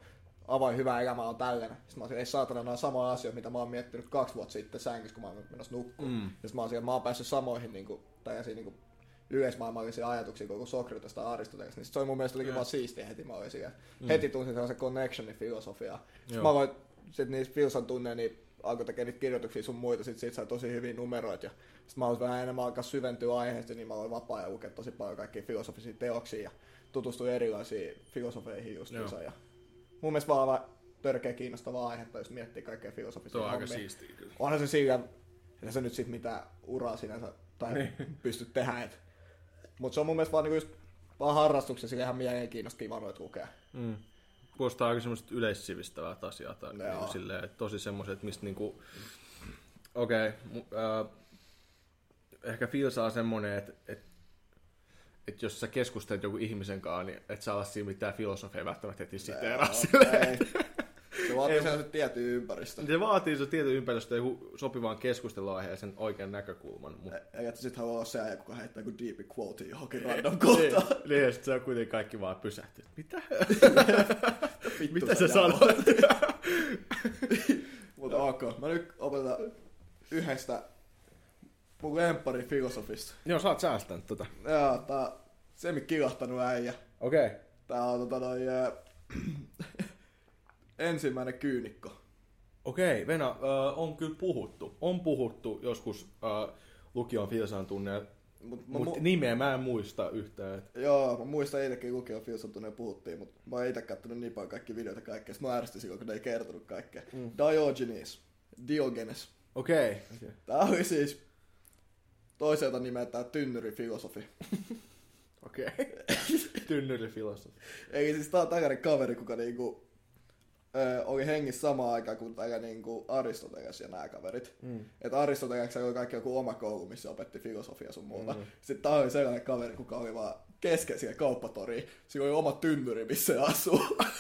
avain hyvä elämä on tällainen. Sitten mä olisin, ei saatana, nämä on samoja asioita, mitä mä oon miettinyt kaksi vuotta sitten sängyssä, kun mä oon menossa nukkuun. Mm. Ja sitten mä olisin, mä oon päässyt samoihin niin kuin, tällaisiin niin kuin, yleismaailmallisia ajatuksia koko Sokratesta ja Aristotelesta, niin sit se oli mun mielestä jotenkin vaan siistiä heti. Mä olin siellä. Mm. Heti tunsin sellaisen connectionin filosofiaa. Sitten mä aloin sit niissä filsan tunneja, niin alkoi tekemään niitä kirjoituksia sun muita, sit siitä sai tosi hyviä numeroita. Ja sit mä aloin vähän enemmän alkaa syventyä aiheesta, niin mä aloin vapaa ja lukea tosi paljon kaikkia filosofisia teoksia ja tutustuin erilaisiin filosofeihin justiinsa. Ja mun mielestä vaan aivan törkeä kiinnostavaa aihetta, jos miettii kaikkea filosofisia hommia. hommia. Tuo on aika siistiä kyllä. Onhan se sillä, että sä nyt sit mitään uraa sinänsä tai pystyt tehdä. Et. Mut se on mun mielestä vaan, niinku just, vaan harrastuksen, sillä ihan mielenkiinnosta kiva noit lukea. Mm. Kuulostaa aika semmoiset yleissivistävät asiat. Niinku silleen, että tosi semmoiset, mistä niinku... Okei, okay, äh, ehkä filsaa semmonen, että et, et jos sä keskustelet joku ihmisen kanssa, niin et saa olla siinä mitään filosofia välttämättä heti siteeraa silleen. Se vaatii sellaisen tietyn ympäristön. Se vaatii se tietyn ympäristön joku sopivan keskusteluaiheen sen oikean näkökulman. Mut... Eikä sit halua olla se ajan, kuka heittää joku deep quote johonkin random kohtaan. Niin, ja sit se on kuitenkin kaikki vaan pysähtyy. Mitä? Mitä sä sanot? Mutta ok, mä nyt opetan yhdestä mun lemppari filosofista. Joo, sä oot säästänyt tota. Joo, tää on semi-kilahtanut äijä. Okei. Okay. Tää on tota noin... ensimmäinen kyynikko. Okei, Venä, äh, on kyllä puhuttu. On puhuttu joskus äh, lukion filosofan tunne, mutta mut mu- nimeä mä en muista yhtään. Et... Joo, mä muistan itsekin lukion filosofan tunne puhuttiin, mutta mä oon itse kattonut niin paljon kaikki videoita kaikkea, sit mä ärsytin silloin, kun ne ei kertonut kaikkea. Mm. Diogenes. Diogenes. Okei. Okay. Okay. Tää oli siis toiselta nimeltään tynnyrifilosofi. Okei. Okay. Tynnyrifilosofi. Eli siis tää on tällainen kaveri, kuka niinku... Öö, oli hengissä samaan aikaan kuin niinku Aristoteles ja nämä kaverit. Mm. Että Aristoteleksen oli kaikki joku oma koulu, missä opetti filosofia sun muuta. Mm. Sitten tää oli sellainen kaveri, kuka oli vaan kesken siellä kauppatoriin. Sillä oli oma tynnyri, missä se asuu.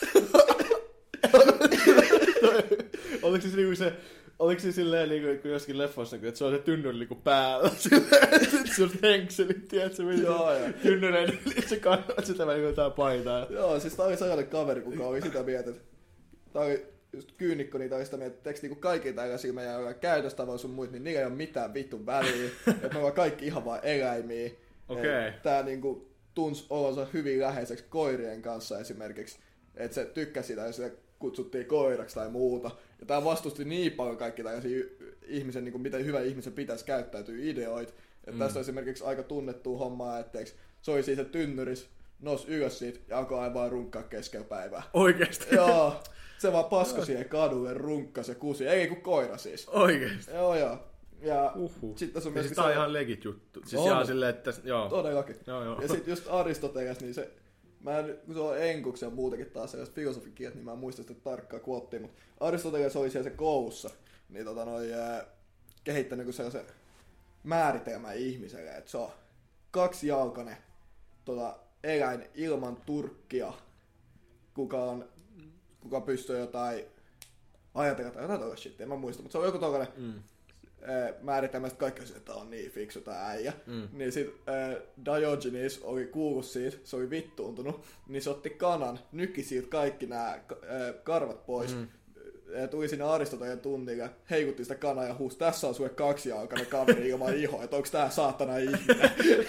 Oliko se niinku se... Oliko se silleen niinku joskin leffoissa, että se on se tynnyri niinku päällä, silleen, että se on henkselit, tiedätkö, mitä tynnyreiden yli, se kannat sitä vähän jotain paitaa. Joo, siis tää oli sellainen kaveri, kuka oli sitä mieltä, että tää oli just kyynikko, niin tää oli sitä mieltä, että niinku kaikki tällaisia meidän käytöstavoja sun muut, niin niillä ei ole mitään vitun väliä, että me ollaan kaikki ihan vaan eläimiä. Okei. Okay. Tää niinku tunsi olonsa hyvin läheiseksi koirien kanssa esimerkiksi, että se tykkäsi sitä, ja sitä kutsuttiin koiraksi tai muuta. Ja tää vastusti niin paljon kaikki tällaisia ihmisen, niin kuin miten hyvä ihmisen pitäisi käyttäytyä ideoita. Että mm. tästä on esimerkiksi aika tunnettua hommaa, etteikö se oli siis se tynnyris, nousi ylös siitä ja alkoi aivan runkkaa keskellä päivää. Oikeesti? Joo. Se vaan pasko siihen kadulle, runkkas ja kusi. Ei kuin koira siis. Oikeesti? Joo joo. Ja uhuh. Sit tässä on ja myöskin... Tää on ihan legit juttu. Siis ihan silleen, että... Joo. Todellakin. Joo, joo. Ja sit just Aristoteles, niin se... Mä en, kun se on enkuksi ja muutenkin taas sellaiset filosofikirjat, niin mä en muista sitä tarkkaa quotea, mutta Aristoteles oli siellä se koulussa, niin tota noi, ää, kehittänyt sellaisen määritelmän ihmiselle, että se on kaksijalkainen tota, eläin ilman turkkia, kuka, on, kuka pystyy jotain ajatella tai jotain tollaista shit, en mä muista, mutta se on joku tollainen mm. määritelmästä kaikki se, että on niin fiksu tää äijä. Mm. Niin sit äh, Diogenes oli kuullut siitä, se oli vittuuntunut, niin se otti kanan, nykki siitä kaikki nämä äh, karvat pois. Mm. Ja tuli sinne Aristoteleen tunnille, heikutti sitä kanaa ja huusi, tässä on sulle kaksijalkainen kaveri ilman ihoa, että onks tää saatana ihminen.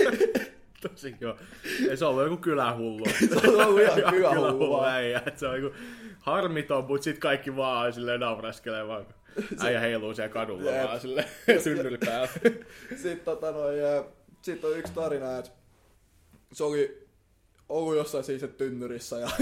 Tosi joo. Ei se ollut joku kylähullu. Se on ollut ihan kylähullu äijä. Se on joku harmiton, mut sit kaikki vaan silleen nauraskelee vaan. Äijä heiluu siellä kadulla Jeep. Vaan silleen synnyri päällä. Sitten tota noin, sit on yksi tarina, että se oli ollut jossain siis tynnyrissä ja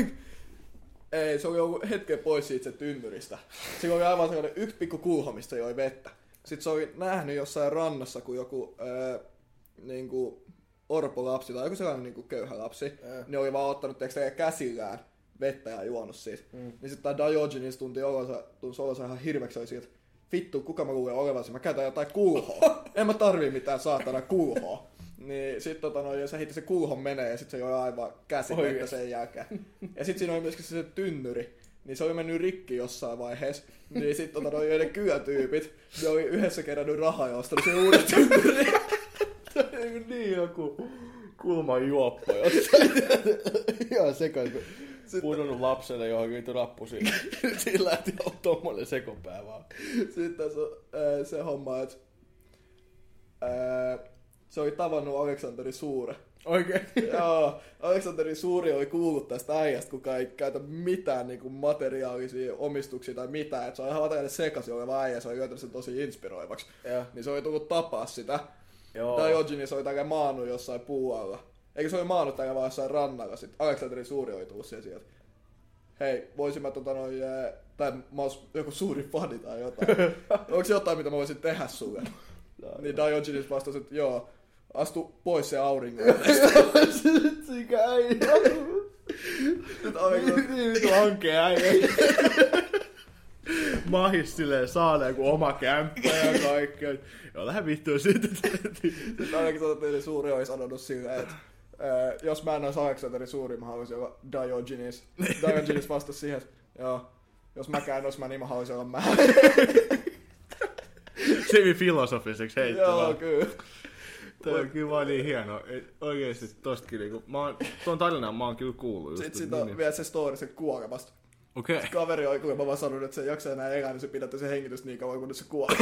ei, se oli ollut hetken pois siitä se tynnyristä. Siinä oli aivan sellainen yksi pikku kulho, mistä joi vettä. Sitten se oli nähnyt jossain rannassa, kun joku ää, niinku orpolapsi tai joku sellainen niinku köyhä lapsi, äh. ne oli vaan ottanut teksteen käsillään vettä ja juonut siitä. Mm. Niin sitten tää Diogenes tunti olonsa, tunsi olonsa ihan hirveäksi, oli siitä, vittu, kuka mä luulen olevansa, mä käytän jotain kulhoa. En mä tarvii mitään saatana kulhoa. Niin sit tota noin, se heitti se kulhon menee ja sit se joi aivan käsin vettä sen jälkeen. Ja sit siinä oli myöskin se tynnyri. Niin se oli mennyt rikki jossain vaiheessa. Niin sit tota noin, ne kylätyypit, ne oli yhdessä kerännyt rahaa ja ostanut sen uuden tynnyrin. Se oli niin joku kulman juoppo jossain. Ihan sekaisin. pudonnut lapselle johonkin vitu rappusiin. Siinä lähti olla tommonen sekopää vaan. Sitten se, ää, se homma, että ää, se oli tavannut Aleksanteri Suuren. Oikein? Joo, Aleksanteri Suuri oli kuullut tästä äijästä, kuka ei käytä mitään niinku materiaalisia omistuksia tai mitään. Et se on ihan vatainen sekaisin oleva äijä, se oli löytänyt sen tosi inspiroivaksi. Ja. Niin se oli tullut tapaa sitä. Joo. Diogenes oli tälleen maannut jossain puualla. Eikö se oli maannut tälleen vaan jossain rannalla. Sitten Aleksanteri Suuri oli tullut siihen sieltä. Hei, voisin mä tota noin, ää, tai mä ois joku suuri fani tai jotain. Onko jotain, mitä mä voisin tehdä sulle? Niin Diogenes vastasi, että joo. Astu pois se auringon. Sikä äijä. Nyt Aleksanteri... Niin vitu hankea äijä. Mahis silleen saaneen kuin oma kämppä ja kaikkea. Joo, lähde vittuun sitten. Sitten Aleksanteri Suuri oli sanonut silleen, että ää, jos mä en olisi Aleksanteri Suuri, mä haluaisin olla Diogenes. Diogenes vastasi siihen, että joo, jos mäkään en olisi mä, niin mä haluaisin olla mä. Semi filosofiseksi heittää. Joo, kyllä. Tämä on kyllä vaan niin hieno. Oikeesti tostakin niinku, mä oon, tuon tarinan mä oon kyllä kuullut. Sitten siitä on vielä se story sen kuolemasta. Okei. Okay. Kaveri oli kuulemma vaan sanonut, että se ei jaksa enää elää, niin se pidätte sen hengitystä niin kauan, kunnes se kuolee.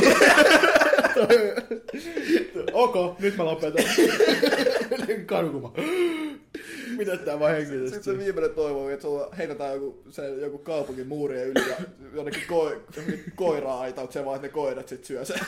Oko, nyt mä lopetan. Karkuma. Mitä tää vaan hengitystä? Sitten se viimeinen toivo oli, että sulla heitetään joku, se, joku kaupungin muurien yli ja jonnekin ko- koiraa aitaukseen, vaan että ne koirat sit syö sen.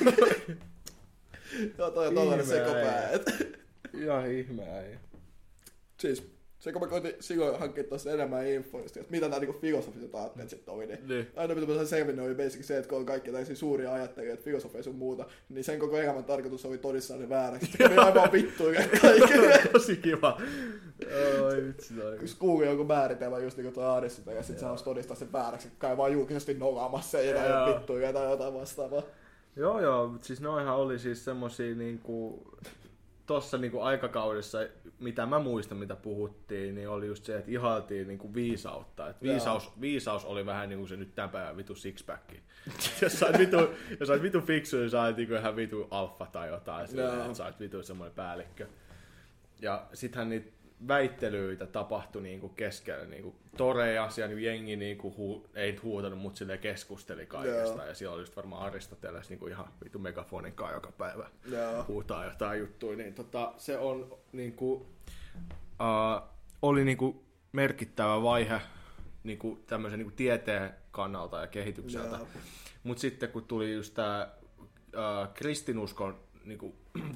Joo, toi on tollainen sekopää. Ihan ihmeä. Siis, se kun mä koitin silloin hankkia tosta enemmän infoa, että mitä nää niinku filosofiset aatteet sit oli, niin, niin. Aina mitä mä sain selvinnyt oli basically se, että kun on kaikki tällaisia suuria ajattelijoita, filosofeja sun muuta, niin sen koko elämän tarkoitus oli todistaa ne vääräksi. Sitten kävi aivan vittuja kaikille. Tosi kiva. Oi vitsi toi. Kun Google joku määritelmä just niinku toi Aadissilta ja sit sä haluais todistaa sen vääräksi, kun käy vaan julkisesti nolaamassa ja jotain vittuja tai jotain vastaavaa. Joo joo, mutta siis noihan oli siis semmosia niinku, tossa niinku aikakaudessa, mitä mä muistan mitä puhuttiin, niin oli just se, että ihailtiin niinku viisautta. Et viisaus, viisaus oli vähän niinku se nyt tämän päivän vitu sixpacki. jos sait vitu, jos sait vitu fiksu, niin sait niinku ihan vitu alfa tai jotain, silleen, että sait vitu semmoinen päällikkö. Ja sittenhän niitä väittelyitä tapahtui niinku keskellä niinku toreja, siellä niinku jengi niinku huu, ei huutanut, mutta silleen keskusteli kaikesta. Joo. Ja siellä oli just varmaan Aristoteles niinku ihan vitu megafonin kanssa joka päivä. Joo. Huutaa jotain juttuja. Niin tota, se on niinku, uh, oli niinku merkittävä vaihe niinku tämmöisen niinku tieteen kannalta ja kehitykseltä. Mutta sitten kun tuli just tää uh, kristinuskon niinku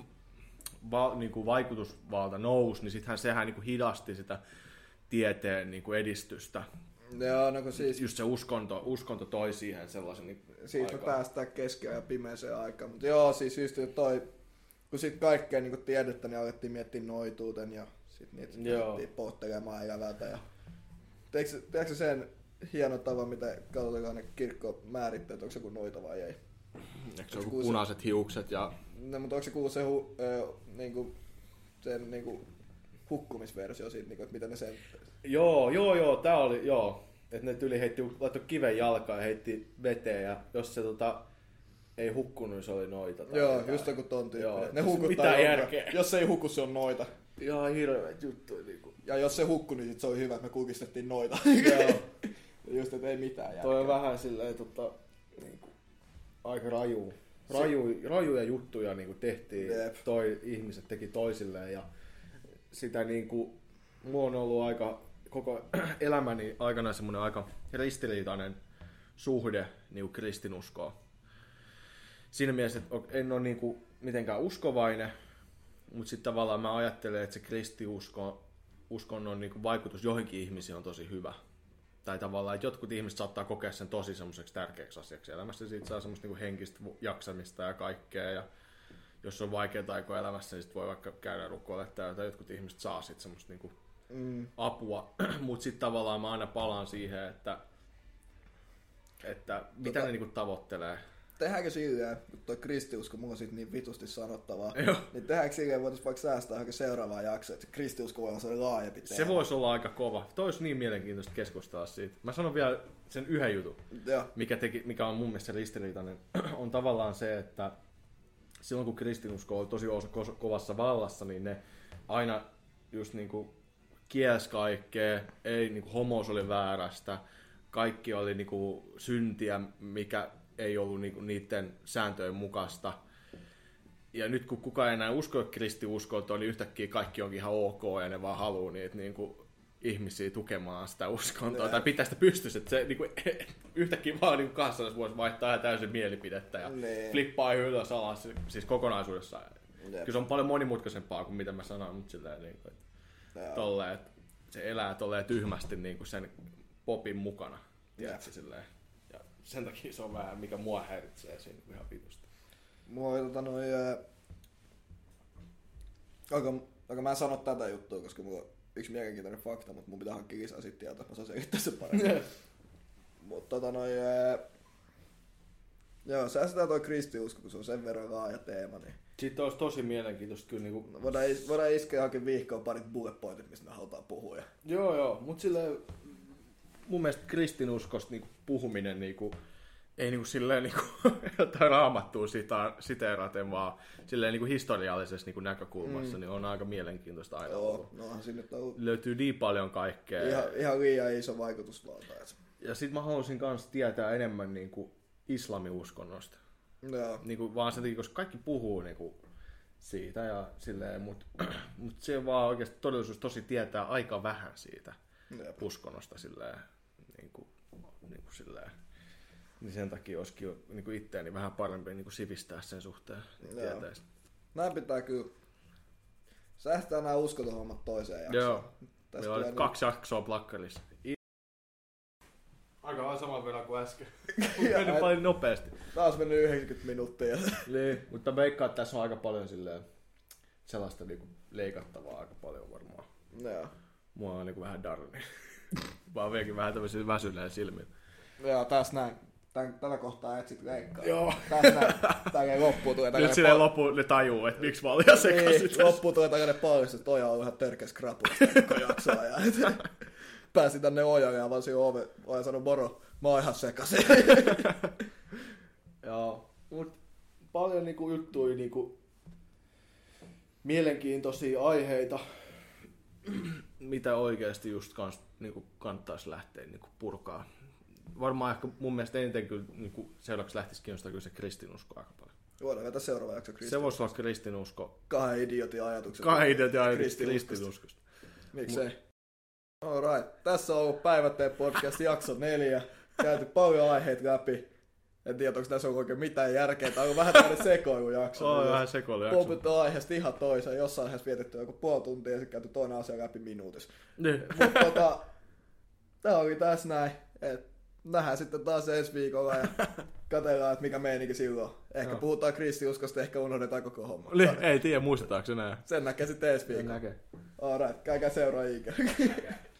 Va, niin kuin vaikutusvalta nousi, niin sittenhän sehän niin kuin hidasti sitä tieteen niin kuin edistystä. Joo, no kun siis... Just se uskonto, uskonto toi siihen sellaisen niin siitä me päästään keskiajan pimeeseen aikaan. Mutta joo, siis just toi, kun sit kaikkea niin tiedettä, niin alettiin miettiä noituuden ja sit niitä miettii pohtelemaan elävältä. Ja... Tiedätkö sen hienon tavan, mitä katolilainen kirkko määrittää, että onko se kuin noita vai ei? Eikö se joku punaiset hiukset ja... No, mutta onko se kuullut se hu, ö, niinku, sen niinku, hukkumisversio siitä, niinku, että miten ne sen... Joo, joo, joo, tää oli, joo. Että ne tyli heitti, laittoi kiven jalkaan ja heitti veteen ja jos se tota, ei hukkunut, niin se oli noita. Tai joo, jotain. Just joku ton tyyppinen. Ne hukuttaa järkeä. Jos se ei hukku, se on noita. Ihan hirveet juttuja. Niinku. Ja jos se hukku, niin sit se oli hyvä, että me kukistettiin noita. Joo. Just, että ei mitään järkeä. Toi on vähän silleen tota, niinku, aika raju. Raju, rajuja juttuja niin kuin tehtiin, toi, ihmiset teki toisilleen ja sitä niin kuin, mulla on ollut aika, koko elämäni aikana semmoinen aika ristiriitainen suhde niin kuin kristinuskoon. Siinä mielessä, että en ole niin kuin mitenkään uskovainen, mutta sitten tavallaan mä ajattelen, että se kristiusko, uskonnon niin kuin vaikutus johonkin ihmisiin on tosi hyvä. Tai tavallaan, että jotkut ihmiset saattaa kokea sen tosi semmoiseksi tärkeäksi asiaksi elämässä. Siitä saa semmoista niinku henkistä jaksamista ja kaikkea. Ja jos on vaikeaa aikoja elämässä, niin sit voi vaikka käydä rukoilemaan tai jotkut ihmiset saa sit semmoista niinku mm. apua. Mutta sitten tavallaan mä aina palaan siihen, että, että mitä tota, ne niinku tavoittelee. Tehdäänkö silleen, kun toi kristiusko, mulla on sit niin vitusti sanottavaa, Joo. niin tehdäänkö silleen, voitais vaikka säästää johonkin seuraavaan jaksoon, että kristiusko voi olla sellainen laajempi teema. Se voisi olla aika kova. Toi olisi niin mielenkiintoista keskustella siitä. Mä sanon vielä sen yhden jutun, mikä, teki, mikä on mun mielestä ristiriitainen, on tavallaan se, että silloin kun kristinusko oli tosi kovassa vallassa, niin ne aina just niinku kielsi kaikkea, ei niinku homous oli väärästä, kaikki oli niinku syntiä, mikä ei ollut niinku niiden sääntöjen mukaista. Ja nyt kun kukaan ei enää usko kristiuskoa, niin yhtäkkiä kaikki onkin ihan ok ja ne vaan haluaa niitä niinku ihmisiä tukemaan sitä uskontoa, tai pitää sitä pystyssä, että se niinku, yhtäkkiä vaan niinku kahdessasadassa vuodessa vaihtaa ihan täysin mielipidettä ja ne. Flippaa ylös alas, siis kokonaisuudessaan. Kyllä se on paljon monimutkaisempaa kuin mitä mä sanoin, mutta silleen, niin kuin, että, tolleen, että se elää tolleen tyhmästi niin kuin sen popin mukana. Tiedätkö, silleen. Ja sen takia se on vähän, mikä mua häiritsee siinä ihan vitusti. Mua on tota noin... Onko, onko mä en sano tätä juttua, koska mulla on yksi mielenkiintoinen fakta, mutta mun pitää hankkia lisää sit tietoa, että mä saan selittää sen paremmin. Mutta tota noin... Joo, säästetään toi kristiusko, kun se on sen verran laaja teema, niin... Sitten olisi tosi mielenkiintoista kyllä niinku... Voidaan, is- voidaan iskeä johonkin viikkoon parit bullet pointit, mistä me halutaan puhua. Ja... Joo, joo, mutta silleen... Mun mielestä kristinuskosta niinku puhuminen niinku... Ei niinku silleen niinku... jotain raamattua siteeraten, vaan silleen niinku historiallisessa niinku näkökulmassa, mm. niin on aika mielenkiintoista aina. Joo, nohan siinä nyt on... Löytyy niin paljon kaikkea. Ihan, ihan liian iso vaikutusvalta. Ja sit mä haluaisin kans tietää enemmän niinku islamiuskonnosta. Joo. Niinku vaan sen takia, koska kaikki puhuu niinku siitä ja silleen, mut, mut se vaan oikeesti todellisuus tosi tietää aika vähän siitä Jep. uskonnosta silleen, niinku, niinku silleen. Niin sen takia olisikin niinku itteeni vähän parempi niinku sivistää sen suhteen, niin tietäisi. Näin pitää kyllä säästää nämä uskontohommat toiseen jaksoon. Joo, meillä oli kaksi jaksoa plakkarissa. Aika vaan samalla verran kuin äsken. Mennyt paljon nopeasti. Taas mennyt yhdeksänkymmentä minuuttia. Niin, mutta veikkaan, että tässä on aika paljon silleen, sellaista niinku leikattavaa aika paljon varmaan. Joo. Mua on niinku vähän darni. Vaan vieläkin vähän tämmöisiä väsyneen silmiä. Joo, tässä näin. Tän, tätä kohtaa et sit leikkaa. Joo. Tässä näin. Tää loppuu tulee nyt silleen pal- loppuun ne tajuu, että miksi mä olin ihan sekaisin. Niin, loppuu tulee takana paljasta, että toi on ihan törkeä skrapulista koko jaksoa. Ja pääsin tänne ojalle ja vaan siinä ove. Olen sanonut moro, mä oon ihan sekaisin. Joo, mut paljon niinku juttuja niinku mielenkiintoisia aiheita, mitä oikeasti just kans niinku kannattaisi lähteä niinku purkaa. Varmaan ehkä mun mielestä eniten kyllä niinku seuraavaksi lähtisi kiinnostaa kyllä se kristinusko aika paljon. Voidaan vetää seuraava jakso kristinusko. Se voisi olla kristinusko. Kahden idiotin ajatukset. Kahden idiotin ajatukset kristinuskosta. Miksei? Mut... Alright. Tässä on ollut Päivätteen podcast jakso neljä. Käyty paljon aiheita läpi. En tiedä, onko tässä on oikein mitään järkeä. Tämä on vähän tämmöinen sekoilujakso. On vähän sekoilujakso. Puhuttu aiheesta ihan toiseen. Jossain aiheessa vietetty joku puoli tuntia ja sitten käyty toinen asia läpi minuutissa. Niin. Mutta tota, tämä oli tässä näin. Et nähdään sitten taas ensi viikolla ja katsellaan, että mikä meininki silloin. Ehkä no. puhutaan kristiuskosta, ehkä unohdetaan koko homma. Niin, ei tiedä, muistetaanko se näin. Sen näkee sitten ensi viikolla. Sen näkee. Alright, käykää seuraa ikinä.